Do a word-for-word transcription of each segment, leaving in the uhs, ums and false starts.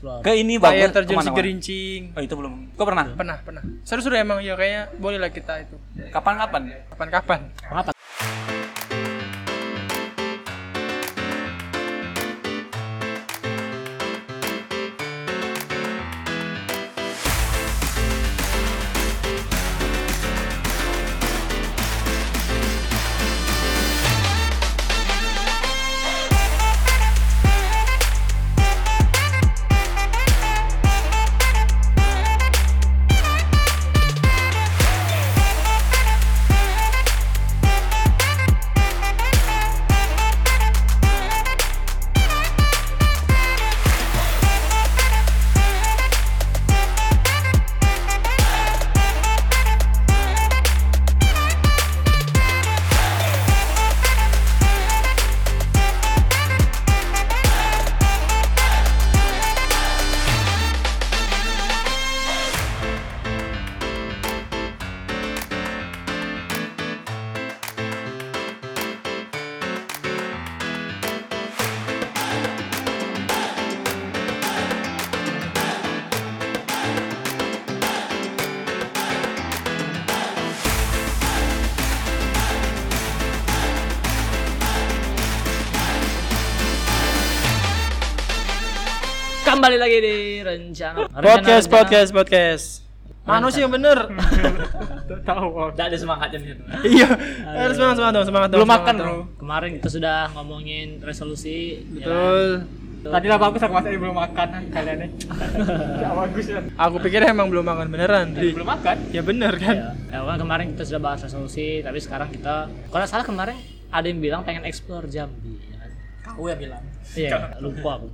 Ke ini air bagus. terjun Kemana, Segerincing. Oh itu belum. Kau pernah? Pernah, pernah. Seru-seru emang ya kayaknya boleh lah kita itu. Kapan-kapan? Kapan-kapan. Mengapa? Kembali lagi di rencana Podcast, rencana, podcast, podcast. Mana sih yang bener? Tahu. Enggak ada semangatnya nih. Iya. Harus semangat, semangat dong, semangat dong. Belum makan, semangat bro. dong. Kemarin kita sudah ngomongin resolusi. Betul. Tadi lah bagus aku masih belum makan kalian nih. Ya bagus ya. Aku pikir emang belum makan beneran. Ri. Belum makan. Ya bener kan? Ya, ya kan kemarin kita sudah bahas resolusi, tapi sekarang kita kalau nggak salah kemarin ada yang bilang pengen explore Jambi, ya kan? Kau yang bilang. Iya, lupa aku.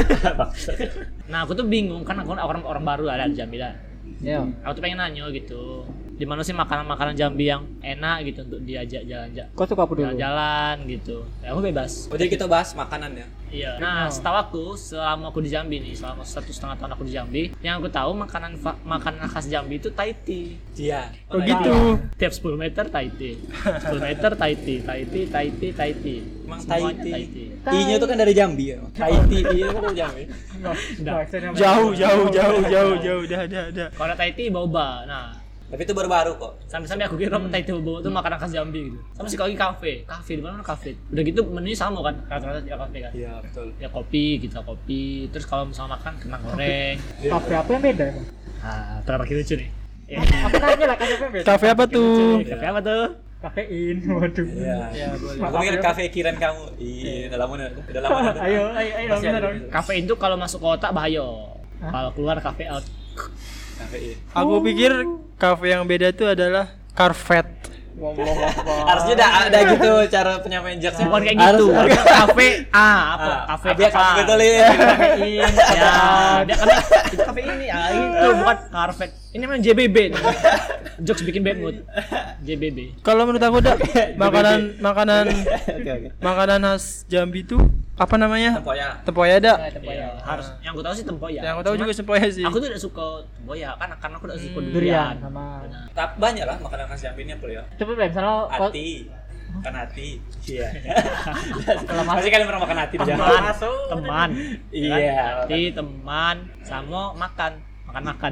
Nah, aku tuh bingung kan aku orang orang baru ada di Jambi dah. Iya. Aku tuh pengen nanya gitu. Di mana sih makanan-makanan Jambi yang enak gitu untuk diajak jalan-jalan. Kau suka apa dulu? Jalan-jalan gitu. Ya, aku bebas. Oh jadi kita bahas makanan ya? Iya. Nah, setahu aku selama aku di Jambi nih, selama satu setengah tahun aku di Jambi, yang aku tahu makanan fa- makanan khas Jambi itu Thai tea. Iya. Oh gitu. Tiap sepuluh meter Thai tea. sepuluh meter Thai tea, Thai tea, Thai tea, Thai tea. Emang Semuanya Thai tea. Thai tea. I-nya tuh kan dari Jambi ya. Thai tea I-nya kan dari Jambi. Jauh, jauh, jauh, jauh, jauh. Dah, dah, dah. Kalau ada Thai tea boba. Nah, Tapi itu baru-baru kok. sampai-sampai aku kira Thai tea boba itu makanan khas Jambi gitu. Sama sih lagi kafe. Kafe di mana kafe. Udah gitu menunya sama kan. Rata-rata tidak kafe kan. Iya betul. Ya kopi, kita kopi. Terus kalau misalnya makan kentang goreng. Kafe apa yang beda? Ah, terlalu lucu nih. Ya. Apa nanya lah kafe apa yang beda? Kafe apa tuh? Kafe apa tuh? Kafein, waduh. Iya. Ya, boleh. Aku pikir kafe kiran kamu. Iya, dalam mana? Dalam mana? Ayo, ayo, ayo, Masih bener ada. dong. Kafein tuh kalau masuk ke otak bahaya. Kalau keluar kafe out. Kafe iya. Aku pikir kafe yang beda tuh adalah Carvet. Harusnya ada ada gitu cara penyampaian jokesnya. Bukan kayak gitu. Harus- Kafe A apa? Ah, Kafe biar kamu apa? betulin. Kafein. Ya, dia kan itu kafe ini ya itu bukan Carvet. Ini memang J B B. nih. Jokes bikin bad mood. J B B. Kalau menurut aku dah makanan makanan Oke oke. makanan khas Jambi tuh apa namanya? Tempoyak. Tempoyak ada. Iya, harus. Yang aku tahu sih tempoyak. Yang aku tahu juga tempoyak sih. Aku tuh tidak suka tempoyak kan karena aku tidak suka Durian durian. sama. Tapi banyak lah makanan khas Jambi ini apa ya? Coba Beb, misalnya kau- Hati. Makan hati. Iya. Kalau mas- Pasti kalian pernah makan hati di Jambi. Teman, teman. Iya. Hati, teman, sama makan, makan-makan.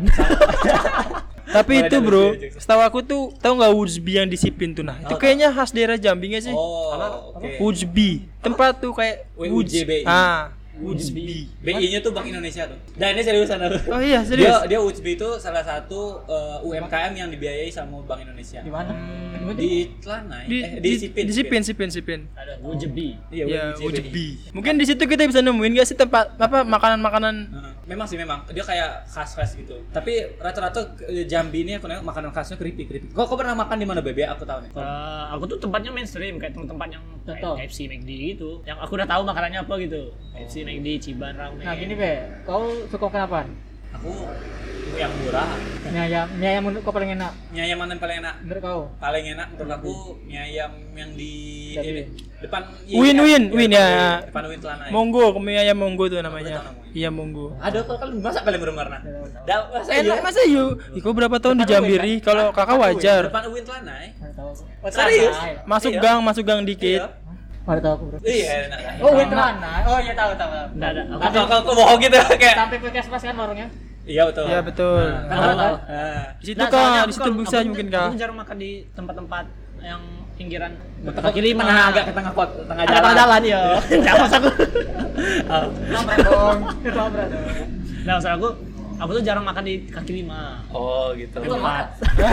Tapi Boleh itu ada bro, lucu-lucu. setahu aku tuh tahu nggak Woodsby yang di Sipin tuh nah. Itu Oh, kayaknya khas daerah Jambi nggak sih? Oh, oke. Woodsby. Tempat tuh kayak W U Woods. J B I. Ah, Woodsby. B I-nya tuh Bank Indonesia tuh. Dan ini seriusan aku. Oh iya, Dia serius. dia U T B itu salah satu uh, U M K M yang dibiayai sama Bank Indonesia. di mana? Di Telanai, Di, eh, di, di Sipin. di Sipin, Sipin, Sipin. Ada Wujebi. Iya, Ya, W U J B I. Woodsby. Mungkin di situ kita bisa nemuin nggak sih tempat apa makanan-makanan. Heeh. Memang sih memang dia kayak khas-khas gitu. Tapi rata-rata eh, Jambi ini aku nengok makanan khasnya keripik keripik. Kok kau pernah makan di mana Bebe? Aku tahu nih. Eh, aku tuh tempatnya mainstream kayak tempat-tempat yang kayak Contoh. K F C, McD gitu. Yang aku udah tahu makanannya apa gitu. K F C, McD, Ciban, Ramen. Nah gini Be, kau suka makan apa? Aku yang murah. Mie ayam, mie ayam menurut kau paling enak. Mie ayam mana yang paling enak? Menurut kau? Paling enak menurut aku mie ayam yang di Jambi. ini, depan Win, Win, Win, ya. Depan Win Telanai. Monggo, kemie ayam monggo tuh namanya. tahu namanya. Iya monggo. Ada kok kalian masa kalian belum pernah? Da, masa Enak iya? masa yuk? Iko berapa tahun di Depan Jambi Win, Ri? kan? Kalau kakak Depan Win, wajar. Depan Win Telanai. Nggak tahu. Oh, serius? Masuk Iya. gang, masuk gang dikit. Iya. Mana tahu aku bro. Iya, enak. Oh, Wetrana. Oh iya tahu tahu. Enggak ada. Aku Aku aku bohong gitu kayak. Sampai puskesmas kan warungnya. Iya betul. Iya betul. Nah, Tahu, tahu. nah. Di situ Nah, soalnya kak, aku di situ kalau- bisa aku- mungkin Aku kak. jarang makan di tempat-tempat yang pinggiran Kaki kaki lima tengah agak ke tengah kot, tengah ada jalan. tengah jalan ya. Jangan maksud aku. Oh. Nambah dong. Nambah dong. Nah, maksud aku aku tuh jarang makan di kaki lima. Oh, gitu. Itu Tempat.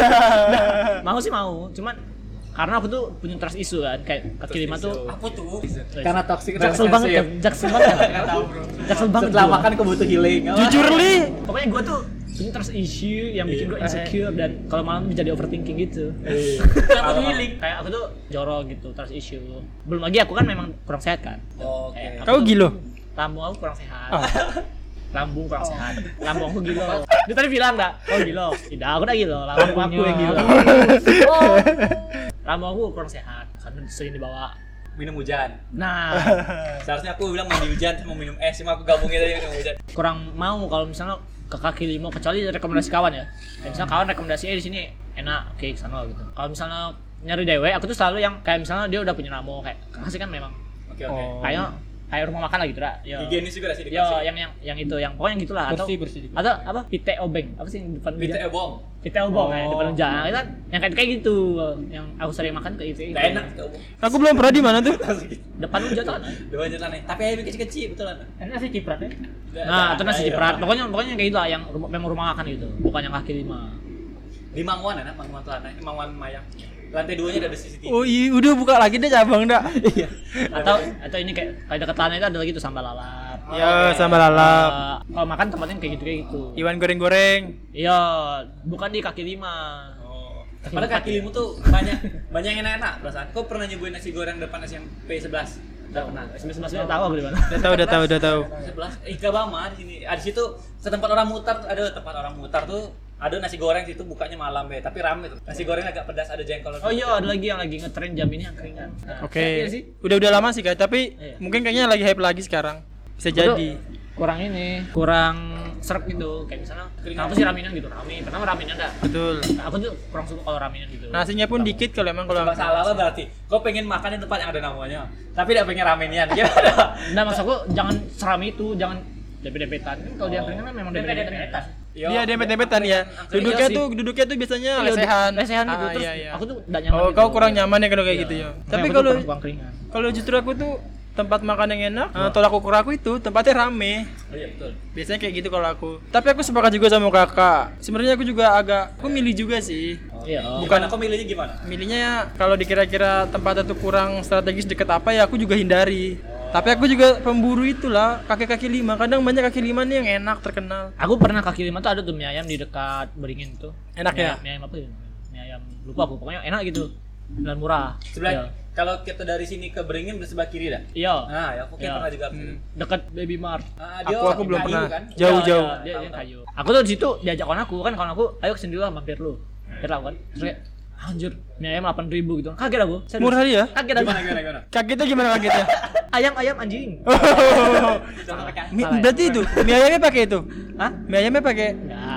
Mau sih mau, cuman karena aku tuh punya trust issue kan, kayak kaki lima tuh Apa tuh? Karena toxic jaksel banget kan, jaksel banget kan. Enggak tahu, Bro. Jaksel banget. Setelah gua. makan aku butuh healing. Jujur li. Pokoknya gue tuh punya trust issue yang bikin gue insecure dan kalau malam jadi overthinking gitu. Kenapa healing? Kayak aku tuh jorok gitu, trust issue. Belum lagi aku kan memang kurang sehat kan. Oke. Kayak aku Kau tuh- gilo. Lambung aku kurang sehat. Oh. Lambung kurang sehat. Lambung aku gilo. Dia tadi bilang enggak? Oh gilo. Tidak, aku udah gilo. Lambung aku yang gilo. Oh. Lambung aku kurang sehat karena sering dibawa. Minum hujan. Nah, Seharusnya aku bilang mandi hujan sama minum es, cuma aku gabungin aja minum hujan. kurang mau kalau misalnya ke kaki lima kecuali rekomendasi kawan ya. Kayak misalnya kawan rekomendasi eh di sini enak, oke kesana gitu. Kalau misalnya nyari dewe, aku tuh selalu yang kayak misalnya dia udah punya namo kayak kasih kan memang Oke oke. Oh. kayak kayak rumah makan lah gitu lah. Yo. Higienis juga sih Yo, dikasih. yang yang yang itu, yang pokoknya yang gitulah atau Bersih bersih juga. atau apa? Pite obeng. Apa sih yang depan Kita meja? ebong. Pite obong kayak Oh. depan meja. Nah, itu kan yang kayak kayak gitu. Yang aku sering makan kayak gitu. Enggak enak kita obong. Aku belum pernah di mana tuh. Depan meja tuh kan. Dewan jalan nih. Tapi ayam kecil-kecil betul kan. Enak sih ciprat ya. Nah, itu nasi ciprat. Pokoknya pokoknya kayak gitu lah yang rumah, memang rumah makan gitu. Bukan yang kaki lima. Di Mangwan enak, Mangwan Telana, Mangwan Mayang. Lantai duanya ada C C T V. Oh iya, udah buka lagi deh cabang dah. Iya. Atau atau ini kayak kayak dekat tanah itu ada lagi tuh sambal lalap. Ya sama lalap. Eh, kalau makan tempatnya kayak gitu kayak gitu. Iwan goreng-goreng. Iya, bukan di kaki lima. Oh. Padahal kaki lima tuh banyak banyak yang enak-enak perasaan. Kau pernah nyobain nasi goreng depan S M P sebelas? Udah pernah. Sebenarnya tahu aku di mana. Udah tahu, udah tahu, udah tahu. sebelas Ika Bama di sini. Ada di situ ke tempat orang mutar, ada tempat orang mutar tuh ada nasi goreng situ bukanya malam ya, tapi rame tuh. Nasi goreng agak pedas, ada jengkol. Oh iya, ada lagi yang lagi ngetren jam ini yang keringan. Nah, Oke. iya sih. Udah udah lama sih guys, tapi Iya. mungkin kayaknya lagi hype lagi sekarang. Bisa Aku tuh jadi. kurang ini, kurang serap gitu. Kayak misalnya kenapa sih raminan gitu? Rame. Pertama raminan ada. Betul. Nah, aku tuh kurang suka kalau raminan gitu. Nasinya pun dikit kalau emang kalau Serba salah lah berarti. Kau pengen makan di tempat yang ada namanya, tapi tidak pengen ramenian. Gimana? Nah, maksud aku jangan serami itu, jangan dempet-dempetan. Kan kalau di angkringan kan memang dempet-dempetan. Yo, Dia dempet-dempetan ya. Duduknya Iya tuh duduknya tuh biasanya lesehan. lesehan gitu. Ah, Terus iya, iya. aku tuh enggak nyaman Oh, gitu. kau kurang nyaman ya kalau kayak Iya. gitu ya. Makanya Tapi aku tuh kalau kurang- kurang keringan. kalau justru aku tuh tempat makan yang enak, eh, tolak ukur aku itu tempatnya rame. Oh iya betul. Biasanya kayak gitu kalau aku. Tapi aku sepakat juga sama kakak. Sebenarnya aku juga agak, aku milih juga sih. Iya. Bukan aku milihnya gimana? Milihnya ya kalau dikira-kira tempat itu kurang strategis deket apa ya aku juga hindari. Tapi aku juga pemburu itulah kaki-kaki lima. Kadang banyak kaki lima nih yang enak terkenal. Aku pernah kaki lima tuh ada tuh mie ayam di dekat Beringin tuh. Enak mie, ya? Mie ayam apa ya? Mie ayam lupa aku. Pokoknya enak gitu. Dan murah. Sebelah kalau kita dari sini ke Beringin di sebelah kiri dah. Iya. Nah, ya aku kayak Iya. pernah juga. Hmm. Dekat Baby Mart. Ah, Aku aku belum kayu pernah. kan? Jauh-jauh. Iya, iya, dia, dia kayu. Aku tuh di situ diajak kawan aku kan kawan aku, ayo kesini dulu lah mampir lu. Mampir lah kan. Terus kayak anjir, mie ayam delapan ribu gitu. Kaget aku. Serius. Murah dia. Kaget aku. Gimana gimana gimana? Kagetnya gimana kagetnya? Ayam-ayam anjing. Mi- berarti itu mie ayamnya pakai itu. Hah? Mie ayamnya pakai. Enggak.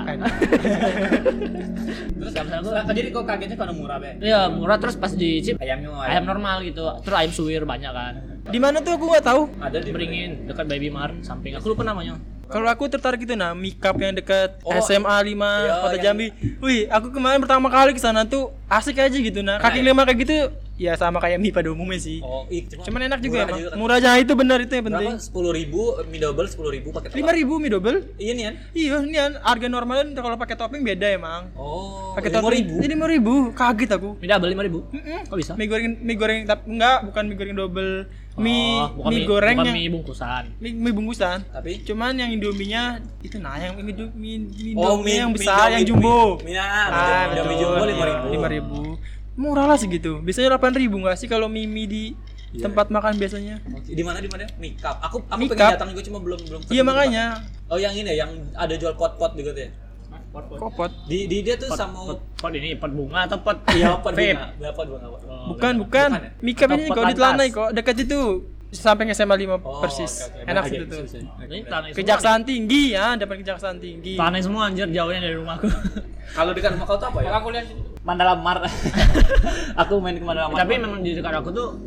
Terus Siapa aku? Nah, jadi kok kagetnya karena murah be? Iya, murah terus pas di chip Ayamnya ayam normal gitu. Terus ayam suwir banyak kan. Di mana tuh aku nggak tahu. Ada di Beringin dekat Baby Mart samping. Aku lupa namanya. Kalau aku tertarik itu nah, Mikap yang dekat Oh, S M A lima iya, Kota yang- Jambi. Wih, aku kemarin pertama kali ke sana tuh asik aja gitu nah. Kaki Nah, lima kayak gitu ya sama kayak mie pada umumnya sih. Oh, ih, Cuman enak juga murah emang. juga kan. Murah aja itu benar itu yang penting. Berapa? Sepuluh ribu, mie double sepuluh ribu pakai telur. Lima ribu mie double. Iya nih kan? Iya, ini kan harga normalnya kalau pakai topping beda emang. Oh, Pakai lima topping ribu. ini lima ribu. Kaget aku. Beda beli lima ribu. Mm-mm. Kok bisa? Mie goreng mie goreng tapi enggak, bukan mie goreng double. Mie Oh, bukan mie goreng bukan yang mie bungkusan. mie, mie bungkusan. Tapi Cuman yang Indominya itu nah yang mie mie, mie, mie Oh, Indomie mie- yang mie besar Indomie- yang jumbo. mie- mie- Ah, ah, mie betul. jumbo lima ribu. lima ribu. Murah lah segitu. Biasanya delapan ribu enggak sih kalau mie mie di Iya. tempat makan biasanya? Di mana di mana? Mie Cup. Aku aku Mie pengen Cup. datang juga cuma belum belum. Iya ketemu makanya. tempat. Oh, yang ini ya, yang ada jual pot-pot gitu ya. Kopot. Di di dia tuh Pot, sama pot, pot ini pot bunga atau pot iya pot vape? bunga. Berapa bunga, Pak? Oh, Bukan, beda. bukan. Bukan ya? Mie Cup Atau ini pot kok di lantas. Telanai kok, dekat itu samping S M A lima Oh, persis. oke, oke. Enak Oke, situ tuh. bisa, bisa. Ini tanah semua. Kejaksaan tinggi ya, depan kejaksaan tinggi. Tanah semua anjir jauhnya dari rumahku. Kalau dekat rumah kau tuh apa ya? Aku lihat Mandala Mart. Aku main ke Mandala Mart. Tapi memang di dekat aku tuh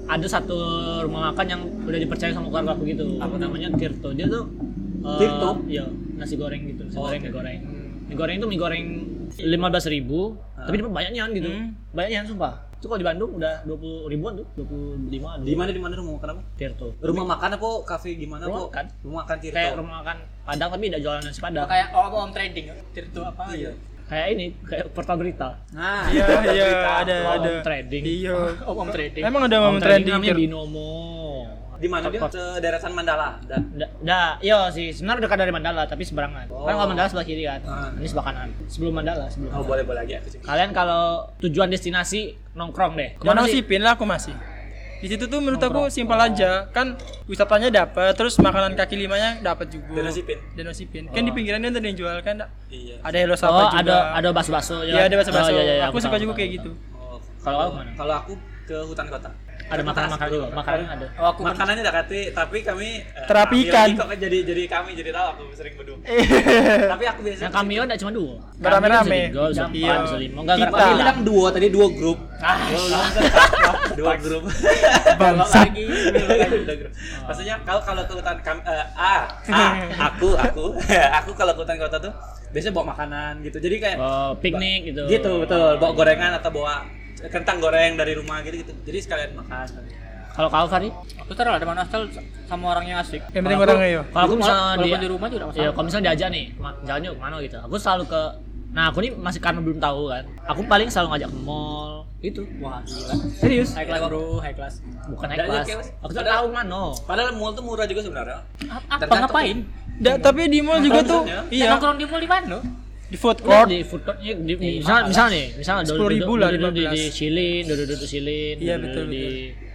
ada satu rumah makan yang udah dipercaya sama keluarga aku gitu. Apa namanya Tirto. Dia tuh uh, Tirto? Iya, nasi goreng gitu, nasi Oh, goreng, okay. mie goreng. Mie goreng itu mie goreng lima belas ribu, tapi dapat banyaknya gitu. Hmm. Banyaknya sumpah. Itu kalau di Bandung udah dua puluh ribuan tuh, dua puluh lima. Di mana di mana rumah makan apa? Tirto. Rumah makan apa? Kafe gimana Rumah apa? makan. Rumah makan Tirto. Kayak rumah makan Padang tapi tidak jualan nasi Padang. Kayak oh, apa om trading Tirto apa Iya. Kayak ini, kayak portal berita. Nah, Iya, iya, berita. ada Om ada. trading. Iya. om om trading Emang ada Om momen trending namanya Tir- Binomo. Di mana dia? Sederetan Mandala. Da. Da, da, iya sih, sebenarnya dekat dari Mandala tapi seberangan. Oh. Kan kalau Mandala sebelah kiri kan. Ah. Ini sebelah kanan. Sebelum Mandala, sebelum. Oh, boleh boleh lagi aku sih. Kalian kalau tujuan destinasi nongkrong deh. Mana Kemana sih pin lah aku masih. Di situ tuh menurut aku simpel aja. Kan wisatanya dapat, terus makanan kaki limanya dapat juga. Danau Sipin. Danau Sipin. Kan di pinggiran itu ada yang jual kan. Dak? Iya. Ada Hello Oh, Sapa juga. ada ada bakso-bakso Iya, ada bakso-bakso. Oh, iya, iya, aku suka tahu, juga tahu, kayak tahu. gitu. Oh. Kalau aku mana? Kalau aku ke hutan kota. Ada makanan-makanan juga. Makanan ada. oh aku kan Makanannya udah kati, tapi kami eh, Terapikan. kami lagi kok jadi jadi kami jadi tahu aku sering berdua. Tapi aku biasanya Yang kami enggak cuma dua. Berame-rame. Kami bisa tiga, bisa empat, Iya. bisa lima. Enggak enggak Kita. Tapi bilang duo tadi dua grup. Ah, dua grup. Bangsat. Lagi, lagi dua grup. Maksudnya kalau kalau ke hutan kami eh, ah, ah, aku aku aku kalau ke hutan kota tuh biasanya bawa makanan gitu. Jadi kayak Oh, piknik gitu. gitu betul, bawa gorengan atau bawa kentang goreng dari rumah gitu gitu. Jadi sekalian makan. Kalau kau Fari? aku taruh ada mana asal sama orang yang asik Yang penting Kalau aku- orangnya yo. Kalau aku misalnya walaupun dia di rumah juga nggak Iya, masalah kalau misalnya diajak nih, "Ma- jalan yuk kemana gitu. Aku selalu ke Nah, aku nih masih karena belum tahu kan. Aku paling selalu ngajak ke mall. Itu. wah gila Serius? high class bro high class Bukan naik Nggak, kelas. iya, Mas. Aku tuh Padahal- tahu mana. Padahal mall tuh murah juga sebenarnya. apa Tergantung. ngapain Da, tapi di mall juga tuh Maksudnya? iya iya nongkrong di mall di mana di food Court court. di food court di, di, misal misal nih, misal sepuluh ribu lah, duduk di, lima belas. di Silin, duduk duduk Silin, Iya, duduk betul, di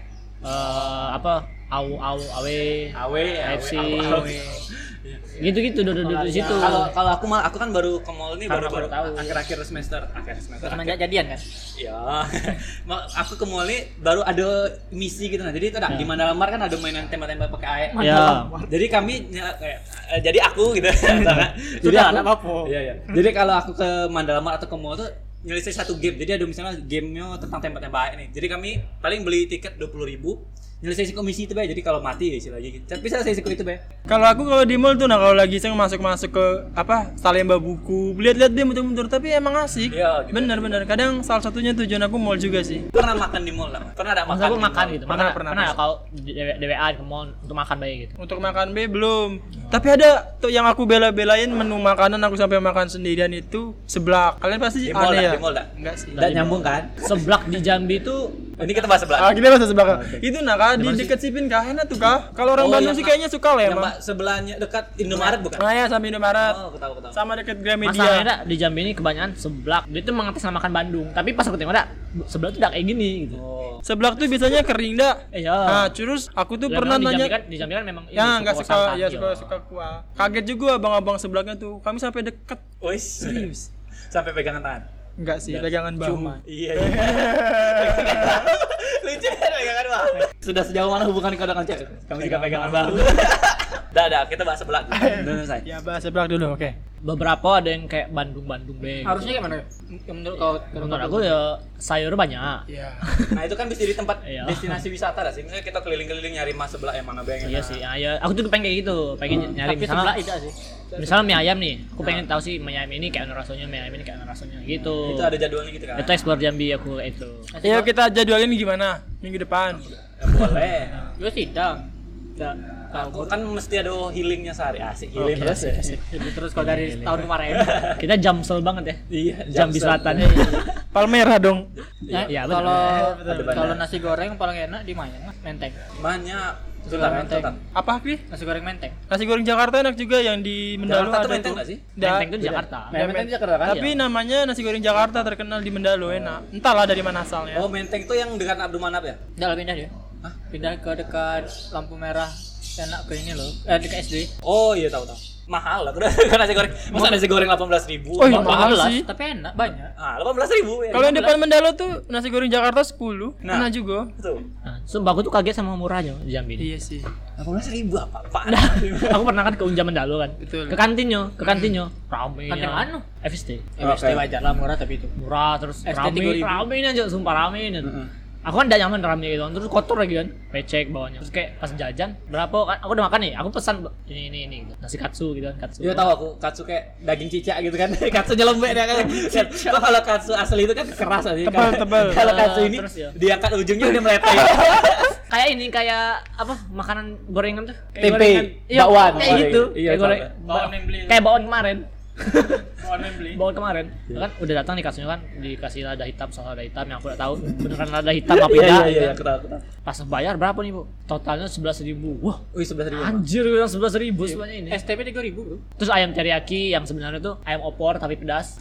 eh, apa au au awe Awe, A F C. awe. gitu-gitu duduk duduk di situ. Kalau kalau aku mal aku kan baru ke mall nih Karena baru baru baru tahu. akhir-akhir semester, akhir semester. semenjak akhir. jadian kan Iya. Ma- aku ke mall nih baru ada misi gitu nah. Jadi itu dah di Mandala Mar kan ada mainan tembak-tembak pakai air. Ya. Jadi kami ny- kayak eh, jadi aku gitu. jadi Sudah, aku, nggak apa-apa. Iya iya. Jadi kalau aku ke Mandala Mar atau ke mall tuh nyelesain satu game. Jadi ada misalnya gamenya tentang tembak-tembak nih. Jadi kami paling beli tiket dua puluh ribu nyelesain komisi itu Bay. Jadi kalau mati ya istilah lagi gitu. Tapi selesai itu Bay. Kalau aku kalau di mall tuh nah kalau lagi saya masuk-masuk ke apa Salemba buku, lihat-lihat dia muter-muter tapi emang asik. Iya, gitu. Bener-bener. Kadang salah satunya tujuan aku mall juga sih. Pernah makan di mall lah? Pernah ada makan? Maksud aku di makan mall? gitu. Pernah, Pernah pernah, pernah, pernah. kalau D W A ke mall untuk makan baik gitu. Untuk makan B belum. Tapi ada tuh yang aku bela-belain menu makanan aku sampai makan sendirian itu seblak. Kalian pasti Di mall aneh dah, ya? di mall dah. Enggak sih. Enggak nyambung kan? Seblak di Jambi itu Ini kita bahas sebelah. Ah, kita bahas sebelah. Itu nah kah di deket Sipin kah enak tuh kah? Kalau orang Oh, Bandung yang sih Pak- kayaknya suka lah ya, Yang Mas. Pak sebelahnya dekat Indomaret bukan? Nah ya sama Indomaret. Oh, aku tahu, aku tahu. Sama deket masalahnya Gramedia. dak, di Jambi ini kebanyakan seblak. Dia tuh mengatasnamakan Bandung. Tapi pas aku tengok dak, seblak tuh dak kayak gini gitu. Oh. Seblak tuh biasanya kering dah. Iya. Nah, terus aku tuh Lah, pernah memang di nanya Jambi kan, di Jambi kan memang ini, ya nggak kuah suka santan, ya iya. suka suka kuah. Kaget juga abang-abang seblaknya tuh. Kami sampai deket. Wis. Serius. Sampai pegangan tangan. Enggak sih, pegangan bahu. Iya. iya. Lucu ya pegangan bahu. Sudah sejauh mana hubungan kau dengan cewek? Kami juga pegangan bahu. Dah, dah, kita bahas sebelah. Dulu saya. Ya bahas seblak dulu, oke. Beberapa ada yang kayak Bandung-Bandung be. harusnya gimana yang menurut kau Menurut aku ya sayur banyak. Iya. Nah, itu kan bisa jadi tempat Iya. destinasi wisata dah sih. Misalnya kita keliling-keliling nyari mas sebelah yang mana be yang Iya enak. sih, ya, ya. Aku tuh pengen kayak gitu, pengen nyari tapi misalnya, sebelah itu sih misalnya mie ayam nih, aku pengen tahu sih mie ayam ini kayak mana rasanya, mie ayam ini kayak mana rasanya gitu. Itu ada jadwalnya gitu kan. Itu explore Jambi aku itu. Ayo kita jadwalin gimana? Minggu depan. Ya, boleh. gue sidang tidak Aku kan mesti ada healingnya sehari. Asik healing Oke, terus ya. asik, terus kalau dari tahun kemarin Kita jamsel banget ya. Iya, Jambi Jamsel. Selatan. Palmerah dong. ya, Iya, betul. kalau Betul, betul. kalau nasi goreng paling enak di mana Mas? Menteng Banyak. Nasi Sultan, goreng menteng Sultan. Apa Kri? nasi goreng menteng Nasi goreng Jakarta enak juga yang di Mendalo Jakarta tuh ada menteng tuh. nggak sih? Da- Menteng itu di Jakarta. Ya, menteng di Jakarta kan? Tapi namanya nasi goreng Jakarta terkenal di Mendalo enak. Entahlah dari mana asalnya. Oh, menteng tuh yang dekat Abdul Manap ya? udah lah, pindah dia Hah? pindah ke dekat lampu merah enak ke ini loh eh dekat S D Oh iya tahu tahu. Mahal lah, udah kan nasi goreng. Masa nasi goreng delapan belas ribu? Oh, iya, delapan belas, mahal sih. tapi enak banyak Ah, delapan belas ribu ya. Kalau yang depan Mendalo tuh nasi goreng Jakarta sepuluh. Nah. Enak juga. Tuh. Nah, sumpah aku tuh kaget sama murahnya di Jambi. Iya sih. delapan belas ribu apa? Pak. Aku pernah kan ke Unja Mendalo kan. Betul. Ke kantinnya, ke kantinnya. Rame. Kantin anu? F S T. ya S D wajar lah murah tapi itu Murah terus S D rame, tiga ribu. rame aja, sumpah rame aja. Heeh. Aku kan tidak nyaman rame gitu kan, terus kotor lagi kan, becek bawahnya. Terus kayak pas jajan, berapa kan aku udah makan nih, aku pesan ini ini ini gitu. Nasi katsu gitu kan, katsu. Iya tahu aku katsu kayak daging cicak gitu kan. Katsunya lembek dia kan. Kok kalau katsu asli itu kan keras aja. Tebal, tebal. Kalau katsu ini Terus ya. diangkat ujungnya udah meletai. Kayak ini kayak apa makanan gorengan tuh? Kayak Tempe, gorengan. Iya, bakwan, kayak goreng. gitu. Iya, Kayak goreng. sama. Bakwan yang beli. Kayak bakwan kemarin. Bakwan yang beli. Bakwan kemarin. Kan udah datang nih katsunya kan dikasih lada hitam sama lada hitam yang aku udah tahu beneran lada hitam apa Iya tidak. iya iya, aku tahu aku tahu. Pas bayar berapa nih, Bu? Totalnya sebelas ribu. Wah, Wih, sebelas ribu. anjir yang sebelas ribu semuanya ini. S T P tiga ribu, Bro. Terus ayam teriyaki yang sebenarnya tuh ayam opor tapi pedas.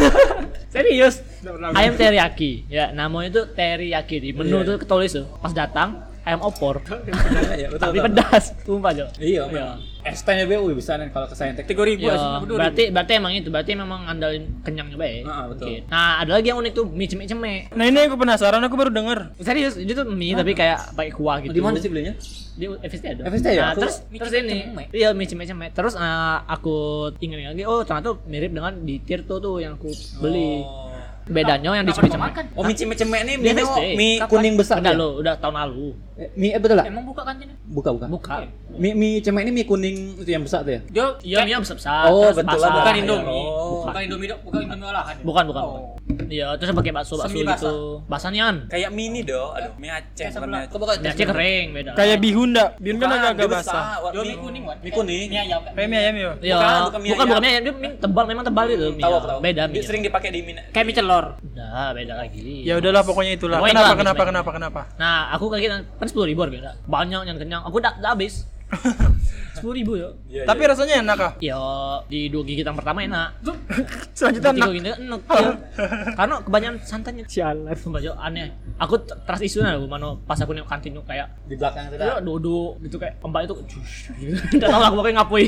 Serius. Ayam teriyaki. Ya, namanya tuh teriyaki di menu Iya. tuh ketulis tuh. Pas datang ayam opor Iya, betul. tapi betul. pedas. Sumpah, Jo. Iya, memang. S P-nya B U bisa nih kalau ke Saintek tiga ribu Ya, aja. berarti berarti emang itu, berarti memang ngandalin kenyangnya baik. Ah, betul. Oke. Nah, ada lagi yang unik tuh mie ceme-ceme. Nah ini aku penasaran, aku baru denger. Serius, itu tuh mie tapi kayak pakai kuah gitu. Di mana sih belinya? Di F S T ada. F S T ya? Nah, Aku- terus terus ini. Iya, mie ceme-ceme. Terus eh, aku ingat lagi, oh ternyata mirip dengan di Tirto tuh yang aku beli. Bedanya yang di ceme-ceme. Oh, mie ceme-ceme ini Di mie, F S T. mie kuning besar Udah ya? lo, udah tahun lalu. Eh, Mie eh, betul lah? Emang buka kantinnya? Buka buka. Buka. Mie mie ceme ini mie kuning itu yang besar tuh ya? Dia Iya, mie yang besar-besar. Oh, terus betul basah. lah. bukan Indomie. Oh. Bukan Indomie, dok. Bukan Indomie olahan. Bukan, bukan. Oh. bukan. Iya, terus pakai bakso bakso Semi gitu. Basanian. Kayak mini do, aduh mie Aceh Kayak bukan sebelah. mie- Kok bakal Mie Aceh kering beda. Kayak bihun ndak? Bihun kan Bukan, agak-agak dia basah. Wah, Dia mie kuning, Wan. Mie kuning. Mie ayam. Kayak mie ayam ya. Iya, Bukan, bukan bukan mie bukan, ayam. mie ayam, dia mie tebal, memang tebal itu. mie. Tahu aku tahu. Beda Dia mie. sering dipakai di mie. Kayak mie celor. Udah, beda lagi. Ya udahlah pokoknya itulah. Pokoknya Kenapa itulah, kenapa mix-match. kenapa kenapa? Nah, aku kayak gitu kan sepuluh ribu harganya. Banyak yang kenyang. Aku udah udah habis. Sepuluh ribu ya. Iya, Tapi rasanya enak ah. Ya di dua gigitan pertama enak. Selanjutnya Tiga enak. gigitan enak. Ya. Karena kebanyakan santannya. Sialan. Sumpah Jo, aneh. Aku t- trust isu nah, mana pas aku nengok kantin tuh kayak di belakang itu ya dah. duduk gitu kayak mbak itu cush, gitu. Nggak tahu aku pokoknya ngapui.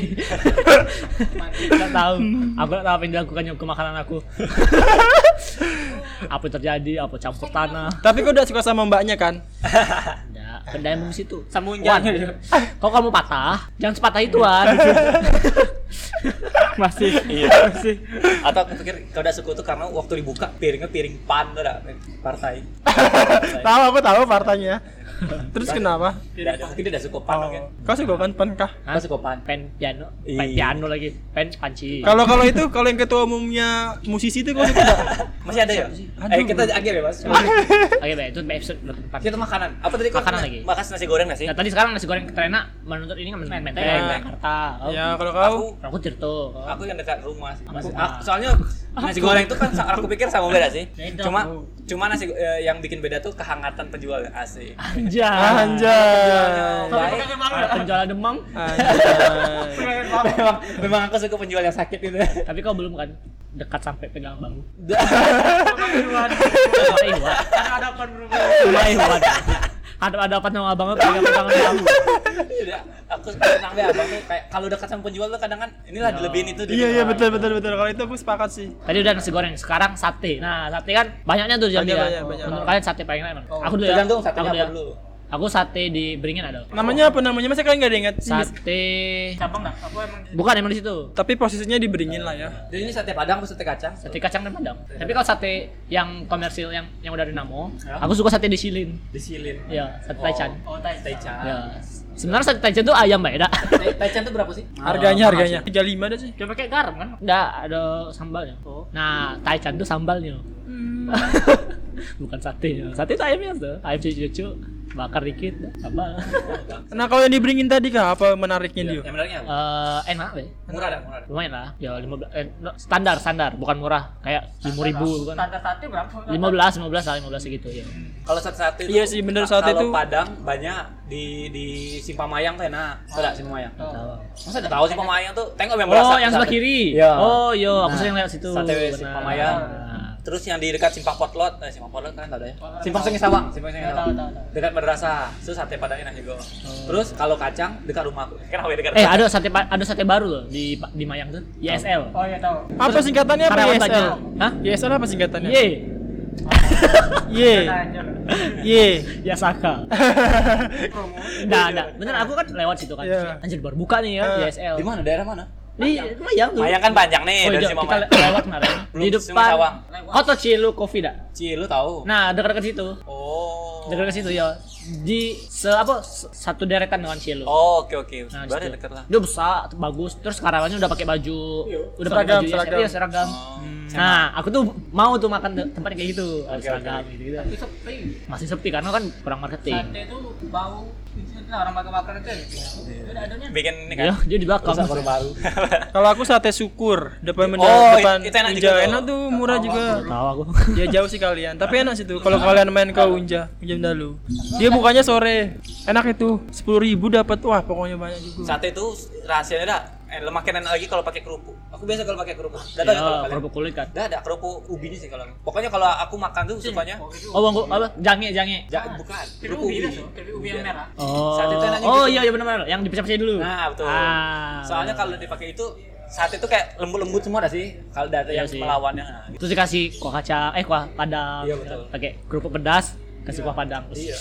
Nggak tahu. Aku nggak tahu apa yang dilakukannya ke makanan aku. Apa yang terjadi? Apa campur tanah? Tapi kau udah suka sama mbaknya kan? Enggak, kedai di situ. Samunjannya Wan, dia. Kalau kamu patah, jangan sepatah ituan. Masih. Iya. Atau aku pikir kau udah sekutu karena waktu dibuka piringnya piring pan tuh dah partai. Tahu aku tahu partanya. Terus kenapa? Tidak ada, mungkin dia udah suka pan kan. Kau suka kan pen kah? Hah? Kau suka pan. Pen piano, pen Iya. piano lagi, pen panci. Kalau kalau itu kalau yang ketua umumnya musisi itu kau suka enggak? Masih ada ya? Aduh. Eh kita akhir ya mas. Oke, baik, itu episode bertempat. Kita makanan. Apa tadi kau Makanan makan- lagi. Makan nasi goreng nggak sih? Nah, tadi sekarang nasi goreng Trena menuntut ini kan menteng, Menteng. Jakarta. Oh, Ya kalau kau Aku aku Tirto. aku yang dekat rumah sih. Mas. Aku- Aku- soalnya nasi goreng itu kan sa- aku pikir sama beda sih. Beda, Cuma Bu. cuma nasi go- eh, yang bikin beda tuh kehangatan penjual asli. Anjay. Anjay. Baik. Ada penjualan demam. Anjay. memang, memang aku suka penjual yang sakit itu. Tapi kau belum kan dekat sampai pegang bahu. Sampai Iwan. Ada hadapan bro. Cuma Iwan. Ada hadapan sama abangnya pegang-pegangan bahu. Jadi aku sampai abang tuh kayak kalau dekat sama penjual tuh kadang kan inilah dilebihin itu. Iya iya betul betul betul. Kalau itu aku sepakat sih. Tadi udah nasi goreng, sekarang sate. Nah, sate kan banyaknya tuh jadi Banyak, ya. banyak, banyak. Menurut kalian sate paling enak mana? Aku dulu ya. Tergantung Aku satenya dulu ya. apa dulu. Aku sate di Beringin ada. Namanya apa namanya? Masa kalian enggak ada ingat? Sate Cabang dah. Aku emang bukan emang di situ. Tapi posisinya di Beringin lah ya. Jadi ini sate padang atau sate kacang? Sate kacang dan padang. Tapi kalau sate yang komersil yang yang udah dinamo, Ya. aku suka sate di Silin. Disilin. Ya, sate Taichan. oh tai Taichan. Ya. Sebenarnya sate Taichan tuh ayam beda. Tai- Taichan tuh berapa sih? Harganya harganya tiga puluh lima dah sih. Cuma pakai garam kan? Enggak, ada sambalnya. Nah, Taichan tuh sambalnya. Bukan sate. Sate itu ayamnya tuh. Ayam cucu-cucu bakar dikit, sambal. Nah, kalau yang di Beringin tadi kah apa menariknya dia? Yang menariknya apa? Eh, enak deh. Murah dah, murah. Lumayan lah. Ya lima belas eh, no, standar standar, bukan murah. Kayak lima ribu kan. standar sate berapa? lima belas lima belas lah, lima belas segitu ya. Kalau sate-sate itu Iya sih, bener, sate kalau itu- Padang banyak di di Simpamayang tuh enak. Tahu enggak Simpamayang? Tahu. Masa enggak tahu Simpamayang tuh? Tengok yang Oh, berasa yang sebelah sate. kiri. Iya. Oh, yo, aku Nah, sering lewat situ. Sate Benar. Simpamayang. Nah. Terus yang di dekat Simpang Potlot, eh Simpang Potlot kan ada ya. Simpang Sungai Sawang, Simpang Sungai Tahu, Sawang. tahu, tahu. Dekat madrasah. Terus sate Padang enak juga. Terus kalau kacang dekat rumahku. Kan hawe dekat. Eh, ada sate pa- ada sate baru loh di di Mayang tuh. Y S L. Oh iya tahu. Apa singkatannya apa Karyawan Y S L? banyak. Hah? Y S L apa singkatannya? Ye. Y. Anjir. Y. Yasaka. Nah, nah, bener aku kan lewat situ kan. Iya. Anjir baru buka nih ya Eh, Y S L. Di mana? Daerah mana? Di Mayang tuh. Mayang kan panjang nih Oh, dari iya, Simpang kita Mayang. le- lewat kemarin. Belum Di Simpang depan. Cawang. Kau tau Cilu Coffee dak? Ci, lu tahu? Nah, dekat-dekat situ. Oh. Dekat-dekat situ ya. Di se apa se- satu deretan dengan Cilu. Oh, oke oke. Nah, Baru situ. dekat lah. Dia besar, bagus. Terus karyawannya udah pakai baju, udah pakai Seragam, baju seragam. Iya, seragam. Nah, aku tuh mau tuh makan de- tempat kayak gitu, ada Oke, seragam oke. gitu. Tapi sepi. Masih sepi karena kan kurang marketing. Sate itu bau. Nah, orang makan-makan itu. Udah adanya. Bikin ini Ya, kan. dia di belakang. baru-baru. Kalau aku sate syukur depan benda Oh, depan itu enak Unja. juga tuh. Enak tuh, murah juga. Tahu aku. Ya jauh sih kalian, tapi enak sih tuh. Kalau kalian main ke Unja, Unja Mendalu. Dia bukanya sore. Enak itu. sepuluh ribu dapat. Wah, pokoknya banyak juga. Sate itu rahasianya dah. Eh, makin enak lagi kalau pakai kerupuk. Aku biasa kalau pakai kerupuk. Dah tahu ya kalau Ya, kalian. kerupuk kulit kan. Dah ada kerupuk ubi sih kalau. Pokoknya kalau aku makan tuh sukanya Oh, bang, apa? Jange, jange. ja, bukan. Tapi Kerupuk ubi ubi. lah, tapi ubi yang merah. Oh. Sate itu enaknya Oh gitu. iya iya benar-benar. Yang dipecah-pecah dulu. Nah, betul. Ah. Soalnya kalau dipakai itu sate itu kayak lembut-lembut semua dah sih. Kalau ada Iya yang sih. melawannya. Nah, gitu. Terus dikasih kuah kacang, eh kuah padang. Iya, betul. Pakai kerupuk pedas, kasih kuah padang. Iya.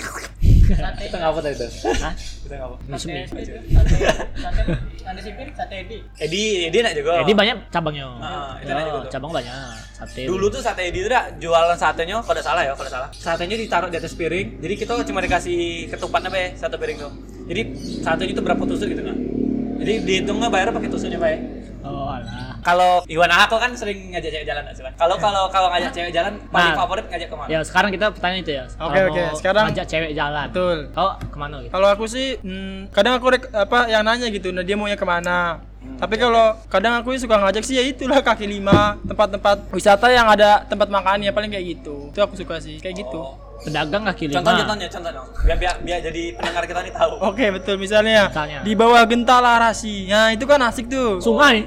Sate. Itu ngapa tadi itu? Hah? Itu ngapa? Sumi. Sate. Sate. Sate. Sate sipir, sate edi. Edi, Edi enak juga. Jadi banyak cabangnya. Ah, itu Ya, enak juga tuh. cabang banyak. Sate. Dulu tuh sate Edi itu dah jualan satenya kalau tidak salah ya, kalau tidak salah. Satenya ditaruh di atas piring. Jadi kita cuma dikasih ketupat apa ya, satu piring tuh. Jadi satenya itu berapa tusuk gitu kan. Jadi dihitungnya bayarnya pakai tusuknya, Pak. Oh, alah. Kalau Iwan aku kan sering ngajak cewek jalan, nggak sih, Wan? Kalau kalau kalau ngajak cewek jalan, paling Nah. favorit ngajak kemana? Ya, sekarang kita pertanyaan itu ya. Oke, Kalau oke. mau Sekarang- ngajak cewek jalan. Betul. Kau kemana gitu? Kalau aku sih, hmm, kadang aku rek, apa yang nanya gitu, nah dia maunya kemana. Tapi kalau kadang aku suka ngajak sih ya itulah kaki lima, tempat-tempat wisata yang ada tempat makannya paling kayak gitu. Itu aku suka sih, kayak gitu. Oh. Pedagang kaki lima. Contoh contohnya, contoh dong. Biar, biar biar jadi pendengar kita nih tahu. Oke, betul. Misalnya, Misalnya. di bawah Gentala Rasi. Nah, itu kan asik tuh. Sungai.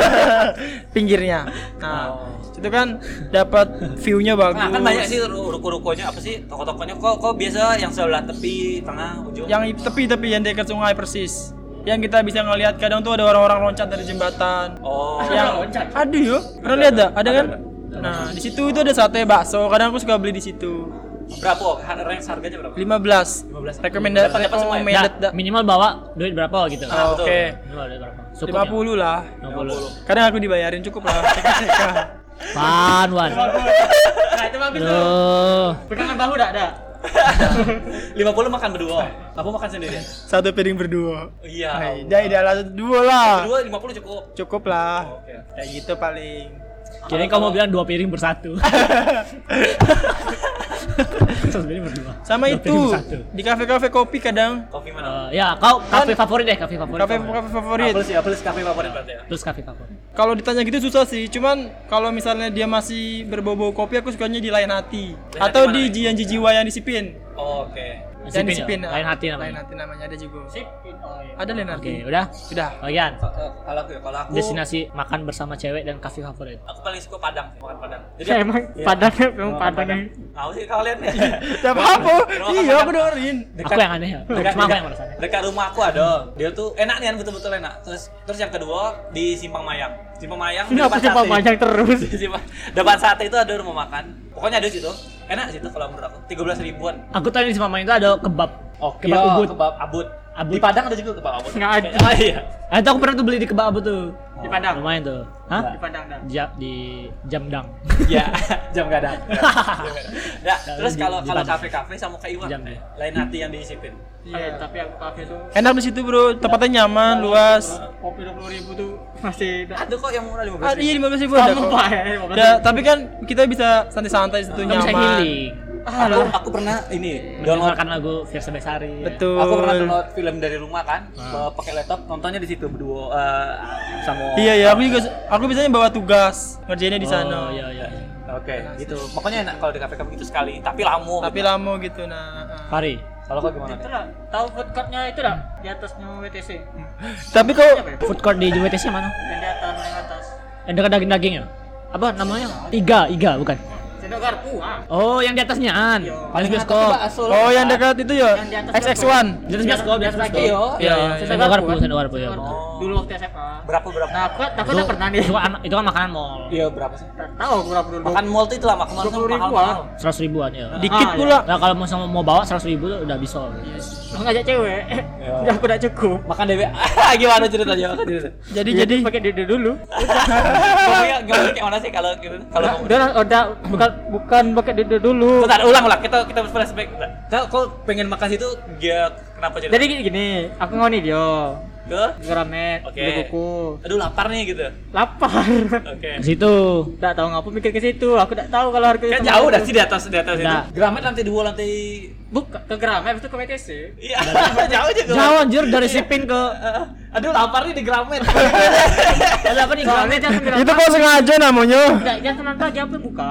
Pinggirnya. Nah, Oh. itu kan dapat view-nya bagus. Nah, kan banyak sih ruko-rukonya apa sih? Toko-tokonya kok kok biasa yang sebelah tepi, tengah, ujung. Yang tepi-tepi yang dekat sungai persis. Yang kita bisa ngelihat kadang tuh ada orang-orang loncat dari jembatan. Oh. yang ada yuk. Pernah lihat dah? Ada kan? Nah, di situ itu ada sate bakso. Kadang aku suka beli di situ. Berapa? Har- range harganya berapa? lima belas. lima belas. Recommended Dapat- dapat semua ya? recommended Nah, dah. minimal bawa duit berapa gitu. Ah, Oke. betul. Minimal duit berapa? Cukup lima puluh lah. ya? lima puluh. Kadang aku dibayarin cukup lah. Ceka-ceka. Pan, Wan. Nah, itu bagus tuh. Loh. Pegangan bahu dak ada. lima puluh makan berdua. Aku makan sendirian. Satu piring berdua. Iya. Hai, dah ideal satu dua lah. Berdua lima puluh cukup. Cukup lah. Oke. Kayak gitu paling. Kirain kamu mau bilang dua piring bersatu. Satu piring berdua. Sama Dua itu piring bersatu. di kafe-kafe kopi kadang. Kopi mana? Eh, ya, kau kafe favorit deh, kafe favorit. Kafe kamu. kafe favorit. Apple sih, Apple sih kafe favorit berarti ya. Terus kafe favorit. Kalau ditanya gitu susah sih. Cuman kalau misalnya dia masih berbau-bau kopi, aku sukanya di Lain Hati. Lain Atau Hati di mana? Jian Jijiwa yang di Sipin. Oh, oke. Yang di Sipin Sipin. ya? Lain Hati Lain namanya. Hati namanya ada juga. Sipin. Oh iya. Ada Lain Oke, Hati. udah. Udah. Bagian. Fa- eh, Kalau aku ya, kalau aku Destinasi makan bersama cewek dan kafe favorit. aku paling suka Padang, makan Padang. Jadi Emang Iya. padangnya memang Makan padangnya. Tahu sih kalian nih. Gak apa-apa. Rumah Iya, Padang. aku dengerin. Aku yang aneh ya. Dekat, Cuma aku dekat, yang merasa aneh. dekat rumah aku ada. Dia tuh enak nih, betul-betul enak. Terus terus yang kedua di Simpang Mayang. Simpang Mayang di Kenapa depan sih sate. panjang terus? Di Simpang- depan sate itu ada rumah makan. Pokoknya ada di situ. Enak sih itu kalau menurut aku. tiga belas ribuan. Aku tahu di Simpang itu ada kebab. Oh, kebab ubud. Kebab abut. Abut. Di Padang ada juga kebab abut. Nggak ada. Oh iya. Ah, itu aku pernah tuh beli di kebab abut tuh. Di Padang. Lumayan tuh. Hah? Di Padang dah. Ja, di Jamdang. Ya, jam gadang. Ya, terus Di- kalau di kalau Padang. kafe-kafe sama kayak Iwan. Jam deh. Lain hati yang diisipin. Iya, tapi aku kafe tuh Enak di situ, Bro. Tempatnya nyaman, luas. kopi dua puluh ribu tuh masih Ada kok yang murah lima belas Ah, iya lima belas ribu ada sama kok. Pak ya. Da, tapi kan kita bisa santai-santai di situ Nggak bisa nyaman. healing. Aku, aku pernah ini download Mendengarkan lagu Fiersa Besari. Betul. aku pernah download film dari rumah kan, bawa pakai laptop, nontonnya di situ berdua eh, sama Iya ya, aku juga aku biasanya bawa tugas ngerjainnya di sana. Oh, iya iya. Oke, gitu. Pokoknya enak kalau di kafe-kafe gitu sekali, tapi lama. Tapi gitu. lama gitu nah. Fari. Kalau kau gimana? Itu lah, tahu food courtnya itu dah di atasnya W T C. Tapi kok Food court di W T C mana? Yang di atas, yang atas. Yang dekat daging-daging ya? Apa namanya? Iga, Iga bukan? Bisa Sendok garpu ah. Oh, yang di atasnya an. Paling bioskop. Oh, yang dekat itu ya. Yang di atas X X satu. Di atas bioskop, di atas bioskop. Iya. Iya, Sendok garpu, sendok garpu ya. Dulu waktu S M A. Berapa berapa? Nah, aku aku udah pernah nih. Itu kan itu kan makanan mall. Iya, berapa sih? Tahu aku berapa dulu. Makan mall tuh itulah makan mall dua puluh tuh ribuan. mahal-mahal. seratus ribuan ya. Dikit Ah, pula. Nah, kalau mau sama mau bawa seratus ribu tuh udah bisa. Aku ngajak cewek. Ya aku udah cukup. Makan D W. Gimana ceritanya? Makan D W. Jadi Iya, jadi pakai duit dulu. Pokoknya gimana kayak mana sih kalau gitu? Kalau Udah, kamu udah, udah bukan bukan pakai duit dulu. Bentar, ulang ulang. Kita kita flashback. Kau kau pengen makan situ dia kenapa jadi? Jadi gini, gini, aku mau nih dia. ke Ke ramen, Oke. beli buku. Aduh lapar nih gitu. Lapar. Oke. Di situ. Enggak tahu ngapa mikir ke situ. Aku enggak tahu kalau harganya Kan sama jauh itu. dah sih di atas di atas itu. Nah. Gramet lantai dua lantai. Buka ke Gramet habis itu ke W T C. Iya, jauh juga. Jauh anjir dari Sipin ke Aduh lapar nih di Gramet. ada apa nih Soalnya jam sembilan itu kok sengaja namanya. Enggak, jam sembilan pagi apa buka?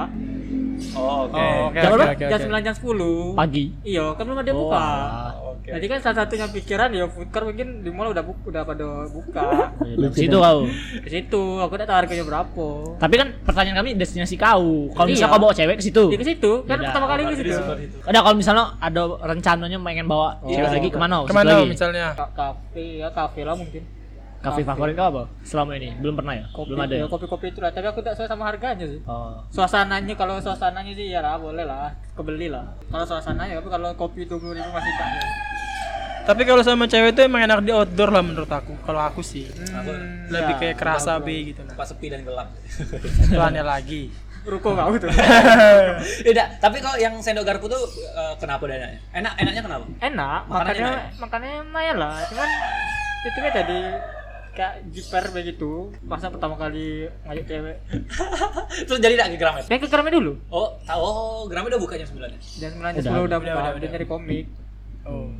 Oh, oke. Oh, oke Jam oke berapa? oke. Jam oke. sembilan jam sepuluh. pagi. Iya, kan belum ada Oh, buka. ah. Oke. Jadi kan salah satunya pikiran ya food court mungkin di mall udah buka, udah pada buka. Di situ kau. Di situ aku enggak tahu harganya berapa. Tapi kan pertanyaan kami destinasi kau. Kalau misalnya Iya. kau bawa cewek ke situ. Di ke situ kan Beda. pertama kali ke situ. Ada kalau misalnya ada rencananya pengen bawa Iya. cewek lagi kemana? Situ Kemana lagi? misalnya? Ka- Kafe ya, kafe lah mungkin. Kafe favorit kau apa? Selama ini belum pernah ya? Kopi, Belum ada. Ya? ya, kopi-kopi itu lah, tapi aku tidak sesuai sama harganya sih. Oh. Suasananya kalau suasananya sih ya lah boleh lah, kebeli lah. Kalau suasananya, tapi kalau kopi dua puluh ribu masih tak. Tapi kalau sama cewek itu emang enak di outdoor lah menurut aku. Kalau aku sih Aku lebih ya, kayak kerasa bagus. be gitu. pas sepi dan gelap. Tuannya lagi. Ruko kau tuh. Tidak, tapi kalau yang sendok garpu tuh eh, kenapa dananya? Enak, enaknya kenapa? Enak, Makanannya makannya enak makannya lumayan lah. Cuman itu kan tadi kayak jiper begitu. Masa pertama kali ngajak cewek. Terus jadi enggak ke Gramet? Pengen ke Gramet dulu. Oh, tahu. Oh, Gramet udah buka jam sembilan ya? Dan sembilan Udah, sepuluh udah udah, buka, udah, udah udah. nyari komik. Oh.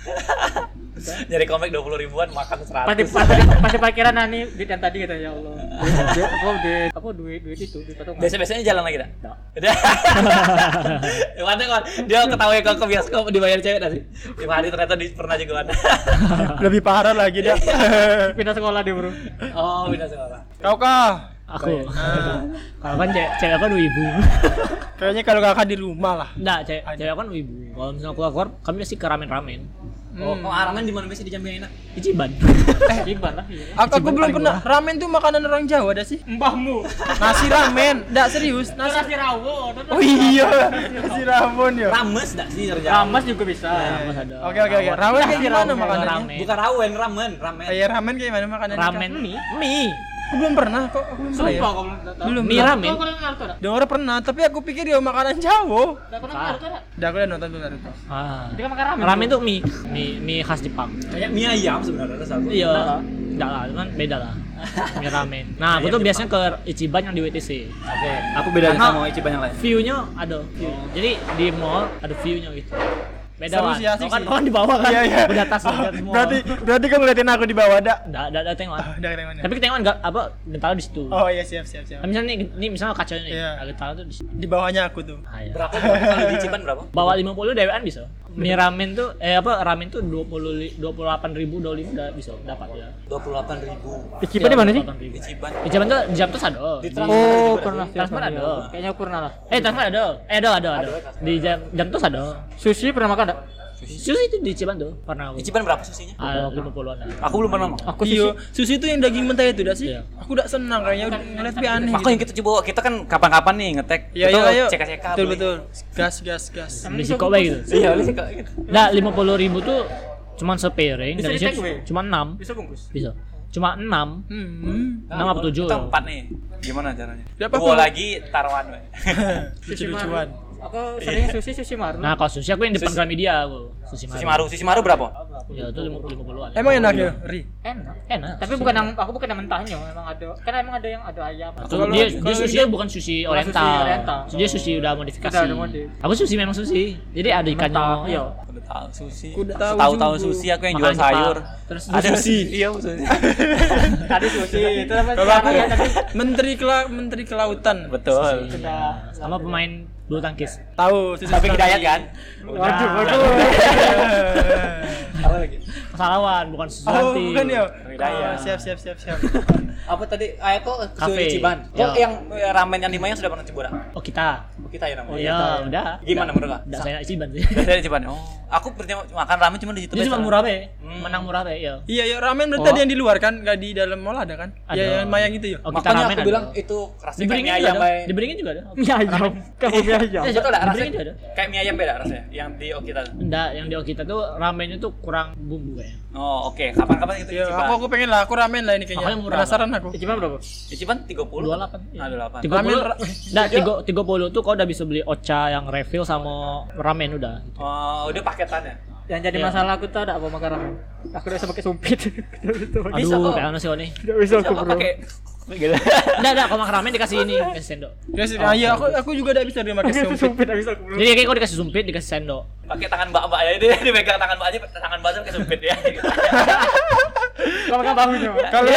Nyari komik dua puluh ribuan makan seratus. Pasti pasti pasti parkiran nah nih duit yang tadi kata ya Allah. Duit apa duit apa duit duit itu duit patungan. Biasa-biasanya jalan lagi dah? Nggak. Udah. Mana kan? Dia ketawa ya kalau ke bioskop dibayar cewek dah sih. Lima hari ternyata di, pernah juga ada. Lebih parah lagi dah. Pindah sekolah dia bro. Oh, beda sekolah. Kau kah? Aku. Kalau kan cewek cewek aku dua ibu. Kayaknya kalau kakak di rumah lah. Enggak, cewek cewek aku kan ibu. Kalau misalnya keluar keluar kami pasti ke ramen-ramen. Oh, kok ramen di mana biasa di Jambi enak? Di Ciban. Eh, Ciban lah iya. Aku, aku belum pernah. Ramen tuh makanan orang Jawa dah sih. Mbahmu. Nasi ramen. Nggak serius. Nasi Nasi. rawon. Oh iya. Nasi ramen ya. Rames enggak sih kerja? Ramas juga bisa. Mas ada. Oke oke oke. Ramen kayak gimana makanannya? Ramen. Bukan rawen, ramen, ramen. Kayak ramen kayak gimana makanannya? Ramen Kak? mie. Mie. Aku belum pernah kok. Aku belum pernah ya. Sumpah kau belum tahu. Belum. Mie pernah. ramen. Kau kalau ngerti tak? Dengar pernah, tapi aku pikir dia makanan Jawa. Tak pernah ngerti tak? Udah aku udah nonton tuh Naruto. Ah. Dia kan makan ramen. Ramen bro. tuh mie. Mie mie khas Jepang. Kayak mie ayam sebenarnya rasa aku. Iya. Enggak lah. Enggak lah, cuman beda lah. Mie ramen. Nah, aku Ayam tuh biasanya ke Ichiban yang di W T C. Oke. Aku bedanya Karena- sama Ichiban yang lain. View-nya ada view. Jadi di mall ada view-nya gitu. Beda Seru lah. sih, asik Kau kan sih. kau kan di bawah kan. Iya iya. Udah atas udah semua. Berarti berarti kamu ngeliatin aku di bawah dak. Enggak, enggak ada tengok. Ah, udah ketemu. Tapi ketengok enggak apa gentala di situ. Oh iya siap siap siap. Nah, misalnya nih, nih misalnya kacanya nih, Iya. nah, gentala tuh di situ. Di bawahnya aku tuh. Ah, iya. Berapa kalau di Ichiban berapa? Bawa lima puluh dewean bisa. Mie ramen tuh eh apa ramen tuh dua puluh dua puluh delapan ribu dua puluh lima udah bisa dapat ya. dua puluh delapan ribu. Di Ciban di mana sih? Ichiban. Ichiban tuh di jam tuh ada. Di Di Trans- Oh, pernah sih. Transmart pernah. ada. Kayaknya aku pernah lah. Eh, Transmart ada. Eh, ada ada ada. Di jam jam tuh ada. Sushi pernah makan enggak? Sushi itu di Ichiban tuh pernah aku. Ichiban berapa susinya? Ah, lima puluhan. Aku belum pernah makan. Aku sushi. Iya, sushi itu yang daging mentah itu dah sih. Iya. Aku udah senang kayaknya udah ngeliat tapi aneh. Aku yang kita coba, kita kan kapan-kapan nih ngetek. Iya Kita iya ayo. cek-cek Betul betul. Gas gas gas. Beli si kobe gitu. Iya, boleh sih kok gitu. Nah, lima puluh ribu tuh cuman sepiring Bisa dan di isinya take away? cuma enam. Bisa bungkus. Bisa. Cuma enam. Hmm. enam apa tujuh? Kita empat nih. Gimana caranya? Dia apa Dua tuh? lagi taruhan. we. Lucu-lucuan. Aku sering sushi sushi maru. Nah, kalau sushi aku yang depan Gramedia aku. Sushi Sushi Maru. Maru, sushi Maru berapa? Ya, itu lima puluh lima puluhan. Emang enak ya, Ri? Enak. Enak. Tapi bukan yang aku bukan yang mentahnya, emang ada. Kan emang ada yang ada ayam. Tuh, Kalau- dia, kalau dia sushi bukan sushi Bukan oriental. sushi oriental. Dia sushi udah modifikasi. Udah ada modif. Aku sushi memang sushi. Jadi ada ikannya. Mentah, iya. Udah tahu sushi. Aku udah tahu Tahu-tahu juga. sushi aku yang Makanan jual sayur. Jepang. Terus Ada sushi. Iya, sushi. Tadi sushi itu apa? Kalau aku ya tadi menteri kela menteri kelautan. Betul. sudah. sama pemain bulu tangkis. Tahu susu Tapi sekali. Hidayat kan? Waduh, waduh. Apa lagi? Pahlawan bukan Oh, Susanti. bukan ya? Hidayah. Oh, siap siap siap siap. Apa tadi? Ah, itu Cafe. Sushi Ichiban. Ya. Kok yang eh, ramen yang di Mayang sudah pernah coba? Oh kita. Oh, kita ya namanya. Oh iya, udah. Gimana menurut Kak? Udah saya Ichiban sih. Saya Ichiban. Oh, aku pernah makan ramen cuma di situ. Itu cuma murah be. Hmm. Menang murah be, iya. Iya, ya ramen berarti Oh. tadi yang di luar kan, enggak di dalam mall ada kan? Ada. Iya, yang Mayang itu ya. Oh, kita Makanya ramen aku ada. bilang itu rasanya kayak Diberingin mie juga ayam, ada. Bay. Diberingin juga ada. Mie ayam. Kamu mie ayam. Eh, betul enggak Diberingin rasanya? juga ada. Kayak mie ayam beda rasanya yang di Okita. Enggak, yang di Okita tuh ramennya tuh kurang bumbu kayaknya. Oh, oke. Kapan-kapan itu Ya, Ichiban. aku aku pengen lah, aku ramen lah ini kayaknya. Makanya murah, Penasaran aku. Ichiban berapa? Ichiban tiga puluh. dua puluh delapan. Ah, dua puluh delapan. tiga puluh. Ramen ra- Enggak, tiga- tiga puluh tuh kau udah bisa beli ocha yang refill sama ramen udah. Oh, udah paketannya. Yang jadi Iya. masalah aku tuh ada apa makan ramen. Aku udah bisa pakai sumpit. Bisa Aduh, kok. kayak mana sih ini? Tidak bisa aku Siapa bro. pakai Enggak, enggak, kalau makan ramen dikasih ini, kasih sendok. Guys, ah, iya aku aku juga enggak bisa dia pakai Pakai sumpit. sumpit tidak bisa aku bro. Jadi kayak kau dikasih sumpit, dikasih sendok. pakai tangan mbak-mbak aja dia dipegang tangan mbak aja tangan mbak pakai sumpit ya. Kalau makan bahunya. Kalau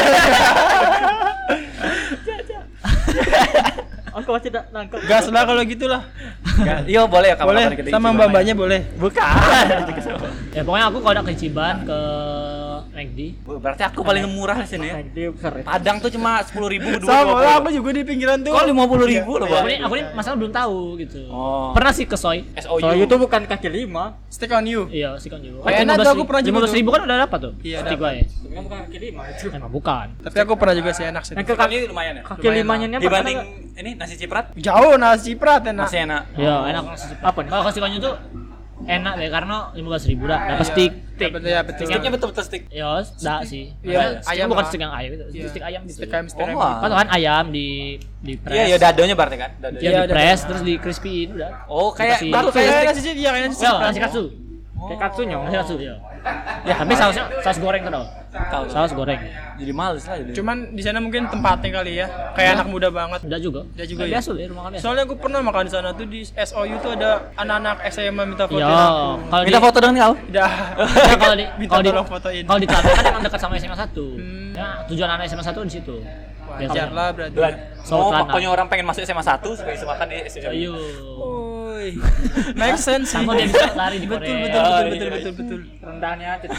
Aku masih tidak nangkep. gas lah kalau gitulah. Iya boleh ya Boleh kapan-kapan kita sama Ichiban mbak-mbaknya boleh. Bukan. Ya pokoknya aku kalau ada ke Ichiban, ke McD. Berarti aku paling murah di sini ya. Dia besar ya. Padang tuh cuma sepuluh ribu dua Sama lah aku puluh. juga di pinggiran tuh. Kok lima puluh ribu loh, Aku Bang? ini, aku ini masalah belum tahu gitu. Oh. Pernah sih ke Soy. S O U. So itu bukan kaki lima. Stick on you. Iya, sih kan juga. Eh, enak tuh, aku pernah juga lima belas tuh. ribu kan udah dapat tuh. Iya, Stick dapat. gue. Itu kan bukan kaki lima itu. Emang bukan. Tapi aku pernah juga sih enak sih. Yang ke Kaki kaki lumayan ya. kaki Lumayan limanya ini apa? Dibanding ini nasi ciprat Jauh nasi prat enak. masih enak. Iya, enak nasi Jepang. Apa nih? Kalau kasih konyo tuh enak deh karena lima belas ribu dah. Dapat stick. Betul ya betul. Sticknya betul-betul stick. Ya, dah sih. Iya, Maksudnya, ayam sticknya bukan lah. stick yang ayam itu, Iya. stick ayam gitu. Stick ayam stick Oh, ayam. wah. Kan kan ayam di di press. Iya, ya dadonya berarti kan. Dadonya. Iya, Iya, di ada press ada. terus di crispyin udah. Oh, kayak Dikasih- baru Kayak kayak nasi sih, iya kayak nasi Ya, prat. nasi katsu. Kayak katsunya. Nasi katsu ya. Ya, tapi sausnya saus goreng tuh. tahu. Saus goreng. Jadi males lah jadi. Cuman di sana mungkin tempatnya kali ya. Kayak anak muda banget. Udah juga. Udah juga Kayak ya? biasa ya, rumah kami biasa. Soalnya aku pernah makan di sana tuh di S O U tuh ada anak-anak S M A minta foto Iya, aku. kalau di Minta foto dong kau. Udah. Ya, kalau di Minta kalau di tolong fotoin. kalau di Telaga kan emang dekat sama S M A satu. Hmm. Ya, tujuan anak S M A satu di situ. Wajar lah berarti. Soal Oh, tanah. pokoknya orang pengen masuk S M A satu supaya bisa makan di S M A. Ayo. Woi. Make sense sih. Sama dia bisa lari di Betul Korea. betul Oh, betul iya. betul betul betul. Rendahnya jadi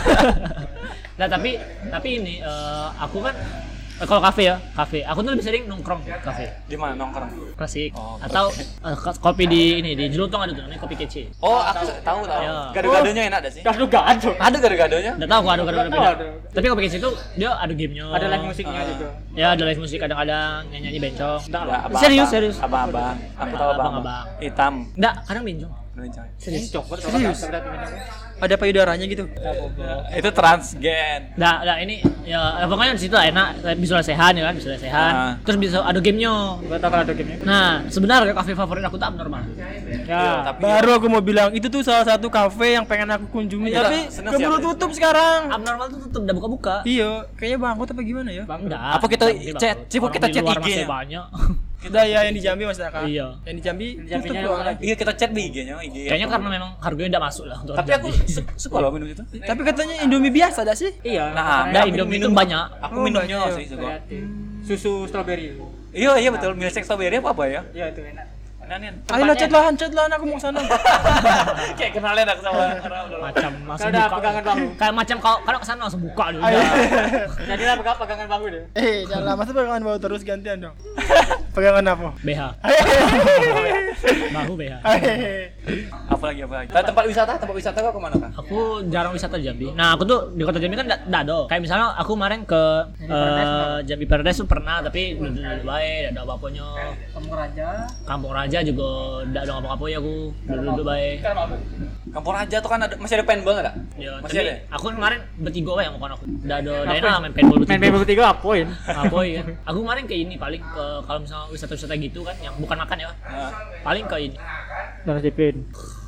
Nah, tapi tapi ini eh, aku kan eh, kalau kafe ya, kafe. Aku tuh lebih sering nongkrong di kafe. Di mana nongkrong? Klasik. Oh, Atau eh, ko- kopi di ini di Jelutong ada tuh namanya kopi kece. Oh, aku tahu tahu. Iya. Gado-gadonya enak ada sih. gas juga ada. Ada gado-gadonya? Enggak tahu aku ada ada Tahu beda. ada. Tapi kopi kece itu dia ada gamenya. Ada live musiknya Ah. juga. Ya, ada live musik kadang-kadang nyanyi-nyanyi bencong. Enggak Ya, lah. abang-abang. Serius, serius. Abang-abang. Aku tahu abang. Abang-abang. Hitam. Enggak, kadang bencong. Serius. Serius? Ada payudaranya gitu. Itu transgen. Nah, nah ini ya pokoknya di situ lah enak, bisa lesehan ya kan, bisa lesehan. Ah. Terus bisa ada gamenya. Gua tahu kalau ada game. Nah, sebenarnya kafe favorit aku tak abnormal. Ya. Tapi Baru aku mau bilang itu tuh salah satu kafe yang pengen aku kunjungi, Iya, tapi seneng keburu siapa? tutup sekarang. Abnormal tuh tetap udah buka-buka. Iya, kayaknya bangkrut apa gimana ya? Enggak. Apa kita nanti chat? bangkrut. Coba Orang kita di chat luar I G masih -nya. banyak. Kita ya yang di Jambi Mas Daka. Iya. Yang di Jambi Jambinya tutup apa loh. lagi? Iya kita chat di I G-nya, I G. Kayaknya apa. karena memang harganya enggak masuk lah untuk Tapi orang aku Jambi. su- suka loh minum itu. Tapi katanya Indomie biasa ada sih? Iya. Nah, Nah, aku Indomie minum- itu banyak. Aku Oh, minumnya banyak. sih suka. Susu strawberry. Iya iya betul, milkshake strawberry apa apa ya? Iya itu enak. Enak Ayo lah chat lah, chat lah, aku mau sana. Kayak kenalin aku sama orang udah lama. Macam langsung Udah buka. pegangan bahu. Kayak macam kalau kalau kesana langsung buka dulu. Ayo. Jadilah pegang pegangan bahu deh. Eh, jangan lama pegangan bawa terus gantian dong. Pegangan apa? B H. Bahu B H. Apa lagi apa lagi? Tempat wisata, tempat wisata kau kemana kan? Aku jarang wisata di Jambi. Nah, aku tuh di kota Jambi kan enggak ada. Kayak misalnya aku kemarin ke eh, Jambi Paradise tuh pernah, tapi dulu-dulu baik, enggak ada apa-apanya. Kampung Raja. Kampung Raja juga enggak ada apa-apa ya aku. Dulu-dulu baik. Kampung Raja tuh kan ada masih ada paintball enggak? Ya, Masih tapi ada? aku kemarin bertiga wae yang bukan aku. Enggak ada daerah main paintball bertiga. Main paintball bertiga apoin. Apoy kan. Aku kemarin ke ini paling ke kalau misalnya wisata-wisata gitu kan yang bukan makan ya. Nah, Paling ke ini. Dan Jepin.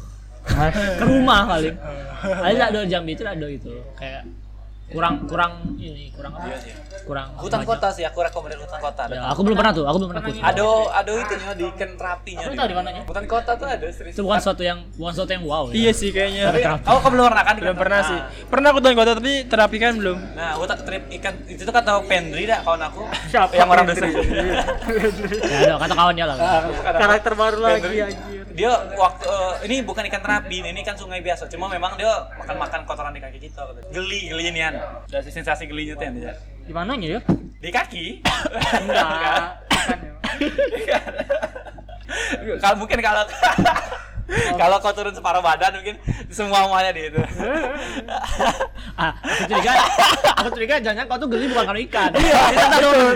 Ke rumah paling. Ada ada Jambi itu ada gitu. Kayak kurang kurang ini, kurang apa? Iya sih. Kurang Hutan banyak. kota sih, aku rekomendasi hutan kota. Ya, Ada. aku belum pernah tuh, aku belum pernah tuh. Ada ada itunya di Ken Terapinya. Aku tahu di mananya. Hutan kota tuh ada serius. Itu bukan sesuatu yang bukan sesuatu yang wow ya. Iya sih kayaknya. Tapi kau kau belum pernah kan? di Belum Ken- pernah Nah, sih. Pernah aku tuh kota tapi terapi kan belum. Nah, hutan trip ikan itu tuh kata Pendri dah kawan aku. Siapa Yang orang Pendri? desa. Ya ada kata kawannya lah. Kata- Karakter baru lagi Pendri. anjir. dia waktu uh, ini bukan ikan terapi, ini kan sungai biasa. Cuma memang dia makan-makan kotoran di kaki kita. Geli, geli nian. Dari sensasi gelinya tuh ya. Di mananya ya? Di kaki. Enggak. Makan ya. Kalau mungkin kalau kalau kau turun separuh badan mungkin semua semuanya di itu. Ah, aku curiga, aku curiga jangan kau tuh geli bukan karena ikan. Iya, betul.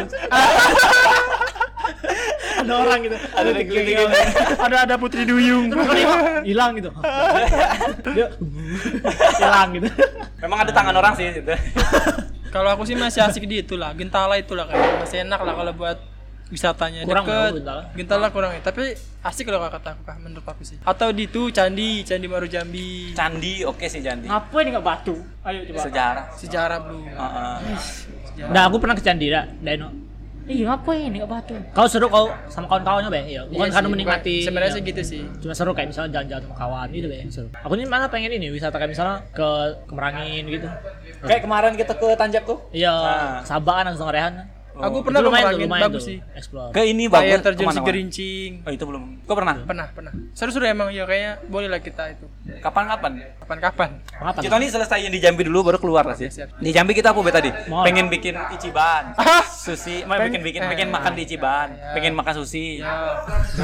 Ada orang gitu. Ada yang geli gitu. Ada ada Putri Duyung. Terus kalau dia hilang gitu. Dia hilang gitu. Memang ada tangan orang sih gitu. Kalau aku sih masih asik di itulah, Gentala itulah kayak masih enak lah kalau buat wisatanya Kurang deket. lah, Gentala. Gentala kurang ya, tapi asik kalau kata aku kah, menurut aku sih. Atau di itu candi, candi Baru Jambi. Candi oke sih candi. Ngapain enggak batu? Ayo coba. Sejarah. Sejarah bro. Heeh. Nah, aku pernah ke Candi dah, Dino. Iya, ngapain enggak batu? Kau seru kau sama kawan-kawannya, Be? Iya, bukan Iya karena sih, menikmati. bukan- sebenarnya iya. sih gitu sih. Cuma seru kayak misalnya jalan-jalan sama kawan gitu, Be. Seru. Aku ini malah pengen ini wisata kayak misalnya ke Kemerangin gitu. Kayak kemarin kita ke Tanjak tuh. Iya, Ah. Sabaan langsung Rehan. Aku pernah Itu lumayan ke tuh, Merangin, lumayan bagus tuh. sih. Explore. Ke ini Air bagus. terjun Kemana, Wan? Segerincing. Oh itu belum. Kau pernah? Pernah, pernah. Seru-seru emang ya kayaknya boleh lah kita itu. Kapan-kapan? Kapan-kapan. Apa? Kita nih selesai yang di Jambi dulu baru keluar lah sih. Siap. Di Jambi kita apa be tadi? Mau. Pengen bikin Ichiban. Ah! Sushi, mau Peng- bikin bikin eh. pengen makan di Ichiban, Ya. pengen makan sushi. Ya.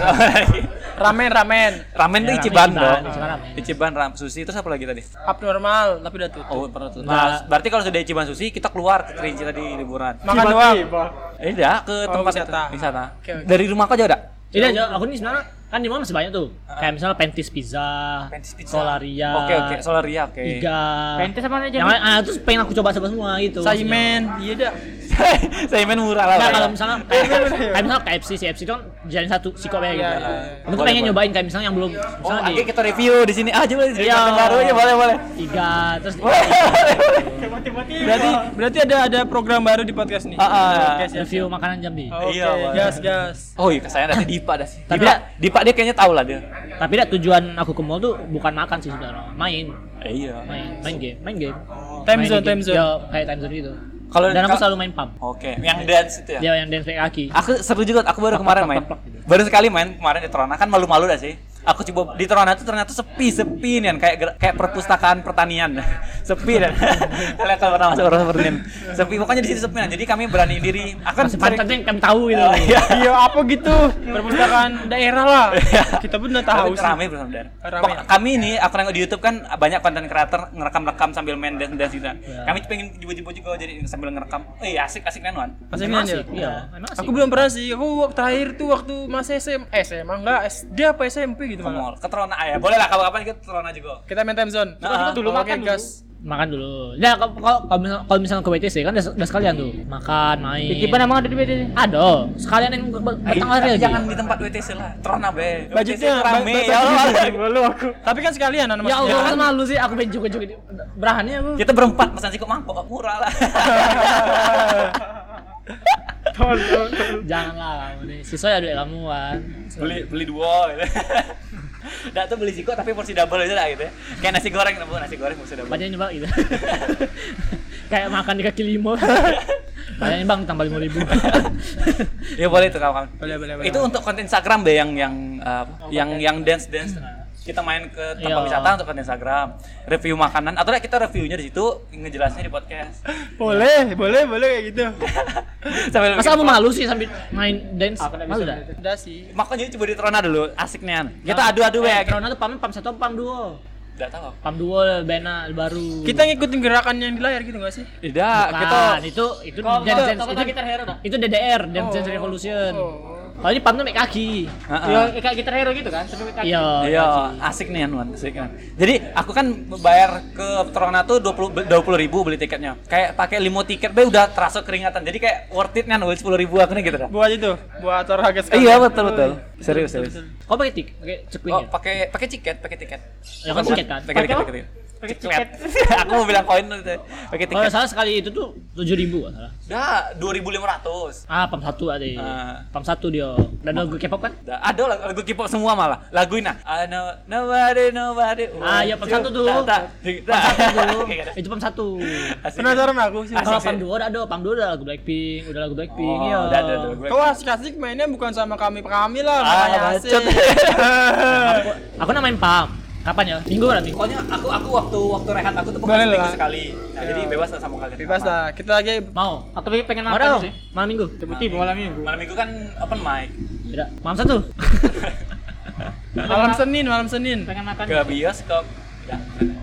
Ramen, ramen. Ramen tuh Ya, Ichiban Ichiban, dong. Ichiban ramen. Ichiban ram sushi terus apa lagi tadi? Abnormal tapi udah tutup. Oh, pernah tuh. Nah. Nah, berarti kalau sudah Ichiban sushi kita keluar ke Kerinci tadi liburan. Makan doang. Eh, enggak ke Oh, tempat wisata. itu, wisata. Oke, oke. Dari rumah kau jauh enggak? Tidak, Jo. Aku ini sebenarnya kan di mana masih banyak tuh. Kayak misalnya Pentis Pizza, Pentis Pizza. Solaria. Oke, oke, Solaria, oke. Iga. Pentis apa aja? Yang lain, ah terus pengen aku coba coba semua gitu. Saimen, iya dah. Saya main murah lah. Nah, Pak. kalau misalnya kayak, kayak misalnya K F C, C F C itu kan jadi satu siko kayak gitu. Iya, iya, iya. Aku tuh Boleh, pengen boleh. nyobain kayak misalnya yang belum Oh, misalnya di akhirnya kita review di sini. Ah, coba di Iya. konten baru ya, boleh, boleh. Iga, terus Tiba-tiba. Berarti berarti ada ada program baru di podcast nih. Ah, ah. Podcast ya. review makanan Jambi. Oke, Iya, boleh. gas gas. Oh iya, saya dari Dipa dah sih. Tapi Dipa, dah- Dipa dia kayaknya tahu lah dia. Tapi dah tujuan aku ke mall tuh bukan makan sih sebenarnya, main, Eh, iya. main, main game, main game. Time Main zone, game. time zone. Ya, kayak time zone gitu. Kalau Dan aku kalau- selalu main pump. Oke, yang dance itu ya. Dia yang dance pakai kaki. Aku seru juga, aku baru kemarin main. Baru sekali main kemarin di Trona, kan malu-malu dah sih. Aku coba di Trona tuh ternyata sepi, sepi nih, kayak ger- kayak perpustakaan pertanian. Sepi dan kalian kalau pernah masuk orang pertanian. Sepi, pokoknya di situ sepi. Nah, jadi kami berani diri. Aku kan Masih sering- pantatnya kami tahu gitu. Oh, iya. Iya, apa gitu? Perpustakaan daerah lah. Kita pun udah tahu Tapi sih. rame bersama Dan. Rame. Pok- Kami ini aku nengok di YouTube kan banyak konten kreator ngerekam-rekam sambil main dance dance gitu. Iya. Kami pengen coba-coba juga jadi sambil ngerekam. Eh asik-asik kan Wan. Masih Emang main ya? asik, iya, emang asik. Aku belum pernah sih. Aku waktu terakhir tuh waktu masih S M eh S M A enggak, S D apa S M P gitu Ke malah. mall, ke Trona ah, ya. Boleh lah kapan-kapan kita ke Trona juga. Kita main time zone. Nah, Kita dulu oke, makan gas. Makan dulu. Ya kalau kalau kalau misalnya, kalau misalnya ke W T C kan udah, udah sekalian tuh. Makan, main. Ichiban emang ada di B D. Ada. Sekalian yang ber- Eh, bertengah tapi lagi. jangan di tempat W T C lah. Trona be. Budgetnya W T C itu rame. ba- Ya Allah. Malu aku. Tapi kan sekalian anak Ya Allah, maksudnya. kan malu sih aku pengen juga juga berani aku. Kita berempat pesan sih kok mangkok murah lah. Janganlah kamu nih. Siswa ya duit kamu kan. beli beli dua gitu. Dak tuh beli siko tapi porsi double aja lah gitu ya. Kayak nasi goreng, Bu, nasi goreng porsi double. Banyak nyoba gitu. Kayak makan di kaki lima. Banyak bang tambah lima ribu. Ya boleh itu kawan. Boleh, boleh, boleh. Itu untuk konten Instagram be yang yang uh, yang yang dance dance. Kita main ke tempat Iya. wisata untuk konten Instagram, review makanan atau enggak kita reviewnya di situ, ngejelasnya di podcast. Boleh, boleh, boleh kayak gitu. Sambil Masa bikin kamu malu sih sambil main dance? Malu dah. Udah sih. Makanya coba di Trona dulu, asik nih. Kita adu-adu ya. Corona tuh pam pam satu pam dua. Enggak tahu. Pam dua bena baru. Kita ngikutin gerakan yang di layar gitu enggak sih? Tidak, kita Bukan, itu itu Kok dance dance kok itu gitar hero dah. itu D D R, Dance Dance Revolution. Kalau ini pam tuh pakai kaki. Heeh. Ya kayak gitar hero gitu kan, tapi kaki. Iya. Iya, asik nih Anwan, asik kan. Jadi aku kan bayar ke Trona tuh dua puluh ribu beli tiketnya. Kayak pakai limo tiket be udah terasa keringatan. Jadi kayak worth it nih sepuluh ribu aku nih gitu dah. Buat itu, buat olahraga sekali. Iya betul betul. Serius serius. Kau pakai tik, pakai Oh, ceklingnya. pakai pakai tiket, pakai tiket. Ya kan tiket kan. Pakai tiket, Pakai pakai tiket. Pakai Ciklet. tiket. Aku mau bilang koin tuh. Pakai Kalau tiket. salah sekali itu tuh tujuh ribu nggak salah. Dah dua ribu lima ratus. Ah, pam satu ada. Ah. Pam satu dia. Dan lagu K-pop kan? Dah, ada lagu, lagu K-pop semua malah. Lagu ini. I know nobody nobody. Ah, ya pam satu tuh. Tak, tak. Pam satu tuh. Kayak gitu. Itu pam satu. Asik. Penasaran aku sih. Asik Kalau sih. pam dua udah ada, pam dua udah lagu Blackpink, udah lagu Blackpink Oh, ya. udah, udah, udah. Gue- Kau asik-asik mainnya bukan sama kami kami lah, Ah, makanya bacot. asik. Aku, aku namain pam. Kapan ya? Minggu berarti. Pokoknya aku aku waktu waktu rehat aku tuh Boleh pokoknya seminggu lah. sekali. Nah, jadi bebas lah sama kalian. Bebas lah. Kita lagi Mau. Aku tapi pengen Mau makan dong. sih. Malam minggu. Tiba-tiba malam minggu. Malam minggu kan open mic. Tidak. Malam satu. malam Senin, malam Senin. Pengen makan. Ke bioskop. Ya.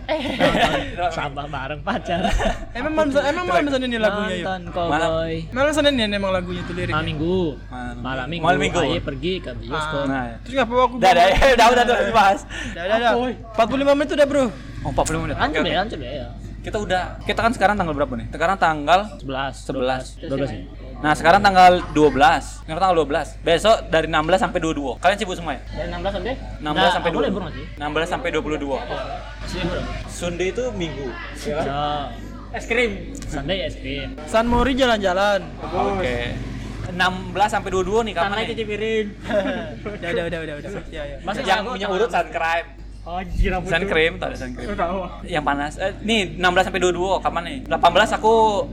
Sampah bareng pacar. Emang malam emang malam Senin ini lagunya yuk. Nonton cowboy. Malam Senin ya emang lagunya itu liriknya. Malam minggu. Malam- Malam minggu. malam minggu. Ayo pergi ke bioskop. Ah. Nah. Terus ngapa aku? Udah, udah, udah, udah, udah, dibahas. Udah, udah, udah. empat puluh lima menit udah, Bro. Oh, empat puluh menit. Lanjut Oke, deh, oke. lanjut deh ya. Kita udah, kita kan sekarang tanggal berapa nih? Sekarang tanggal sebelas. sebelas. dua belas ya. Nah, sekarang tanggal dua belas. Sekarang tanggal dua belas. Besok dari enam belas sampai dua puluh dua. Kalian sibuk semua ya? Dari enam belas sampai? enam belas sampai aku dua puluh. libur nanti. enam belas sampai dua puluh dua. Masih libur. Sunday itu minggu. Ya. Es krim. Sunday es krim. San Mori jalan-jalan. Oke. enam belas sampai dua puluh dua nih kapan Tanah nih? cuci piring. Udah, udah, udah, udah, udah. Ya, ya. Masih Yang aku punya tanggal- urut sun crime. Anjir rambut. Sun cream, tak ada sun cream. Lu tahu. Yang panas. Eh, nih enam belas sampai dua puluh dua kapan nih? delapan belas aku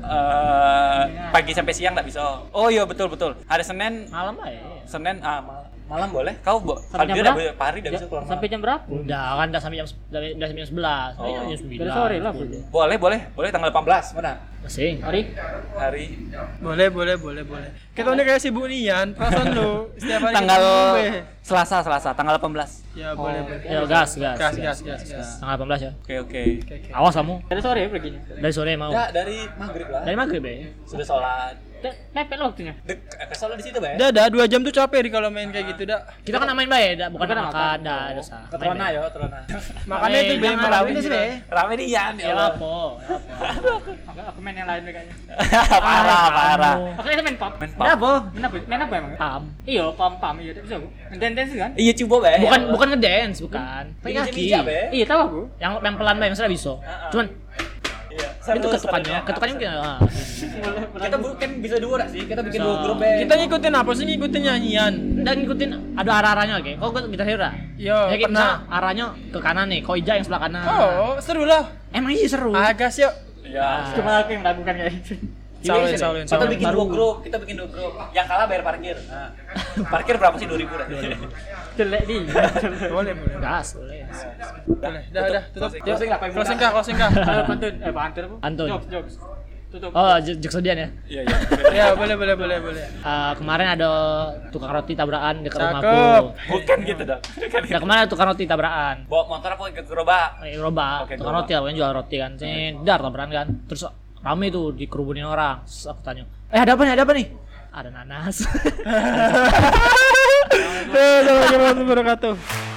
eh, pagi sampai siang enggak bisa. Oh iya betul betul. Hari Senin Malam lah ya. Senin ah mal- malam boleh. Kau bo- Sampai kalau jam dia berapa? udah hari udah bisa keluar. Sampai malam. jam berapa? Udah kan udah sampai jam dari udah sampai jam sebelas. Oh. Ayo jam sembilan. Dari sore lah, Bro. Boleh, boleh. Boleh tanggal delapan belas. Mana? Masih. Hari Hari Boleh, boleh, boleh, boleh. Kita ini kayak sibuk nian, perasaan lu setiap hari tanggal kita ngombe. Selasa, Selasa tanggal delapan belas. Ya, boleh, boleh. Ya gas, gas. Gas, gas, gas, gas. Tanggal delapan belas ya. Oke, oke. Oke, oke. Awas kamu. dari sore ya perginya. Dari sore mau. Ya, dari maghrib lah. Dari maghrib ya. Sudah sholat. Te- Mepet lah waktunya. Dek, ke sholat di situ, Bay. Udah, dah dua jam tuh capek di kalau main kayak gitu, dah. Kita kan main bae, dah, bukan Bukan makan, makan. dah, ada sah. Ke Trona ya, Trona. Makanya Eh, itu jangan biar rame rame sih, sih, Be. Rame nih Ian, Ya ya Allah. apa? Aku, aku main yang lain kayaknya. Parah, Ah, parah. kamu. Aku main pam. Main Ya pub. apa? Main apa? Main apa emang? Pam. Iya, pam pam iya bisa aku. Dance dance kan? Iya, coba, Bay. Bukan bukan ngedance, bukan. Pakai kaki. Injek-injek, Bay. Iya tahu aku. Yang yang pelan bae maksudnya bisa. Cuman Iya. itu ketukannya, ketukannya mungkin ah. Kita bu- kan bisa dua dah sih. Kita bikin Bisa. dua grup, Bay. Kita ngikutin apa sih? Ngikutin nyanyian. Dan ngikutin ada arah-arahnya oke. Kok kita hira? Yo, Ya kayak pernah. misalnya arahnya ke kanan nih, kok Ija yang sebelah kanan. Oh, seru lah. Emang iya seru. Agas yuk. Iya. Cuma aku yang melakukan kayak gitu. Saulin, saulin, Kita saulin. bikin dua grup, kita bikin dua grup. Yang kalah bayar parkir. Nah. Parkir berapa sih? dua ribu dah. Jelek nih. Boleh, boleh. Gas, boleh. Boleh. Dah, dah, tutup. Closing lah, paling Closing mudah. kah, closing kah. Ayo pantun, eh pantun apa? Pantun. Jokes, jokes. Tutup. Oh, j- jokes sedian ya. Iya, iya. Ya, boleh, boleh, boleh, boleh. Eh, kemarin ada tukang roti tabrakan dekat Cakep. rumahku. Bukan gitu dong. Nah, kemarin ada tukang roti tabrakan. Bawa motor apa ke gerobak? Eh, gerobak, Oke, tukang gerobak. roti lah, pokoknya jual roti kan. Cedar tabrakan kan. Terus rame tuh dikerubunin orang. Terus aku tanya, "Eh, ada apa nih? Ada apa nih?" Ada nanas. Assalamualaikum warahmatullahi wabarakatuh.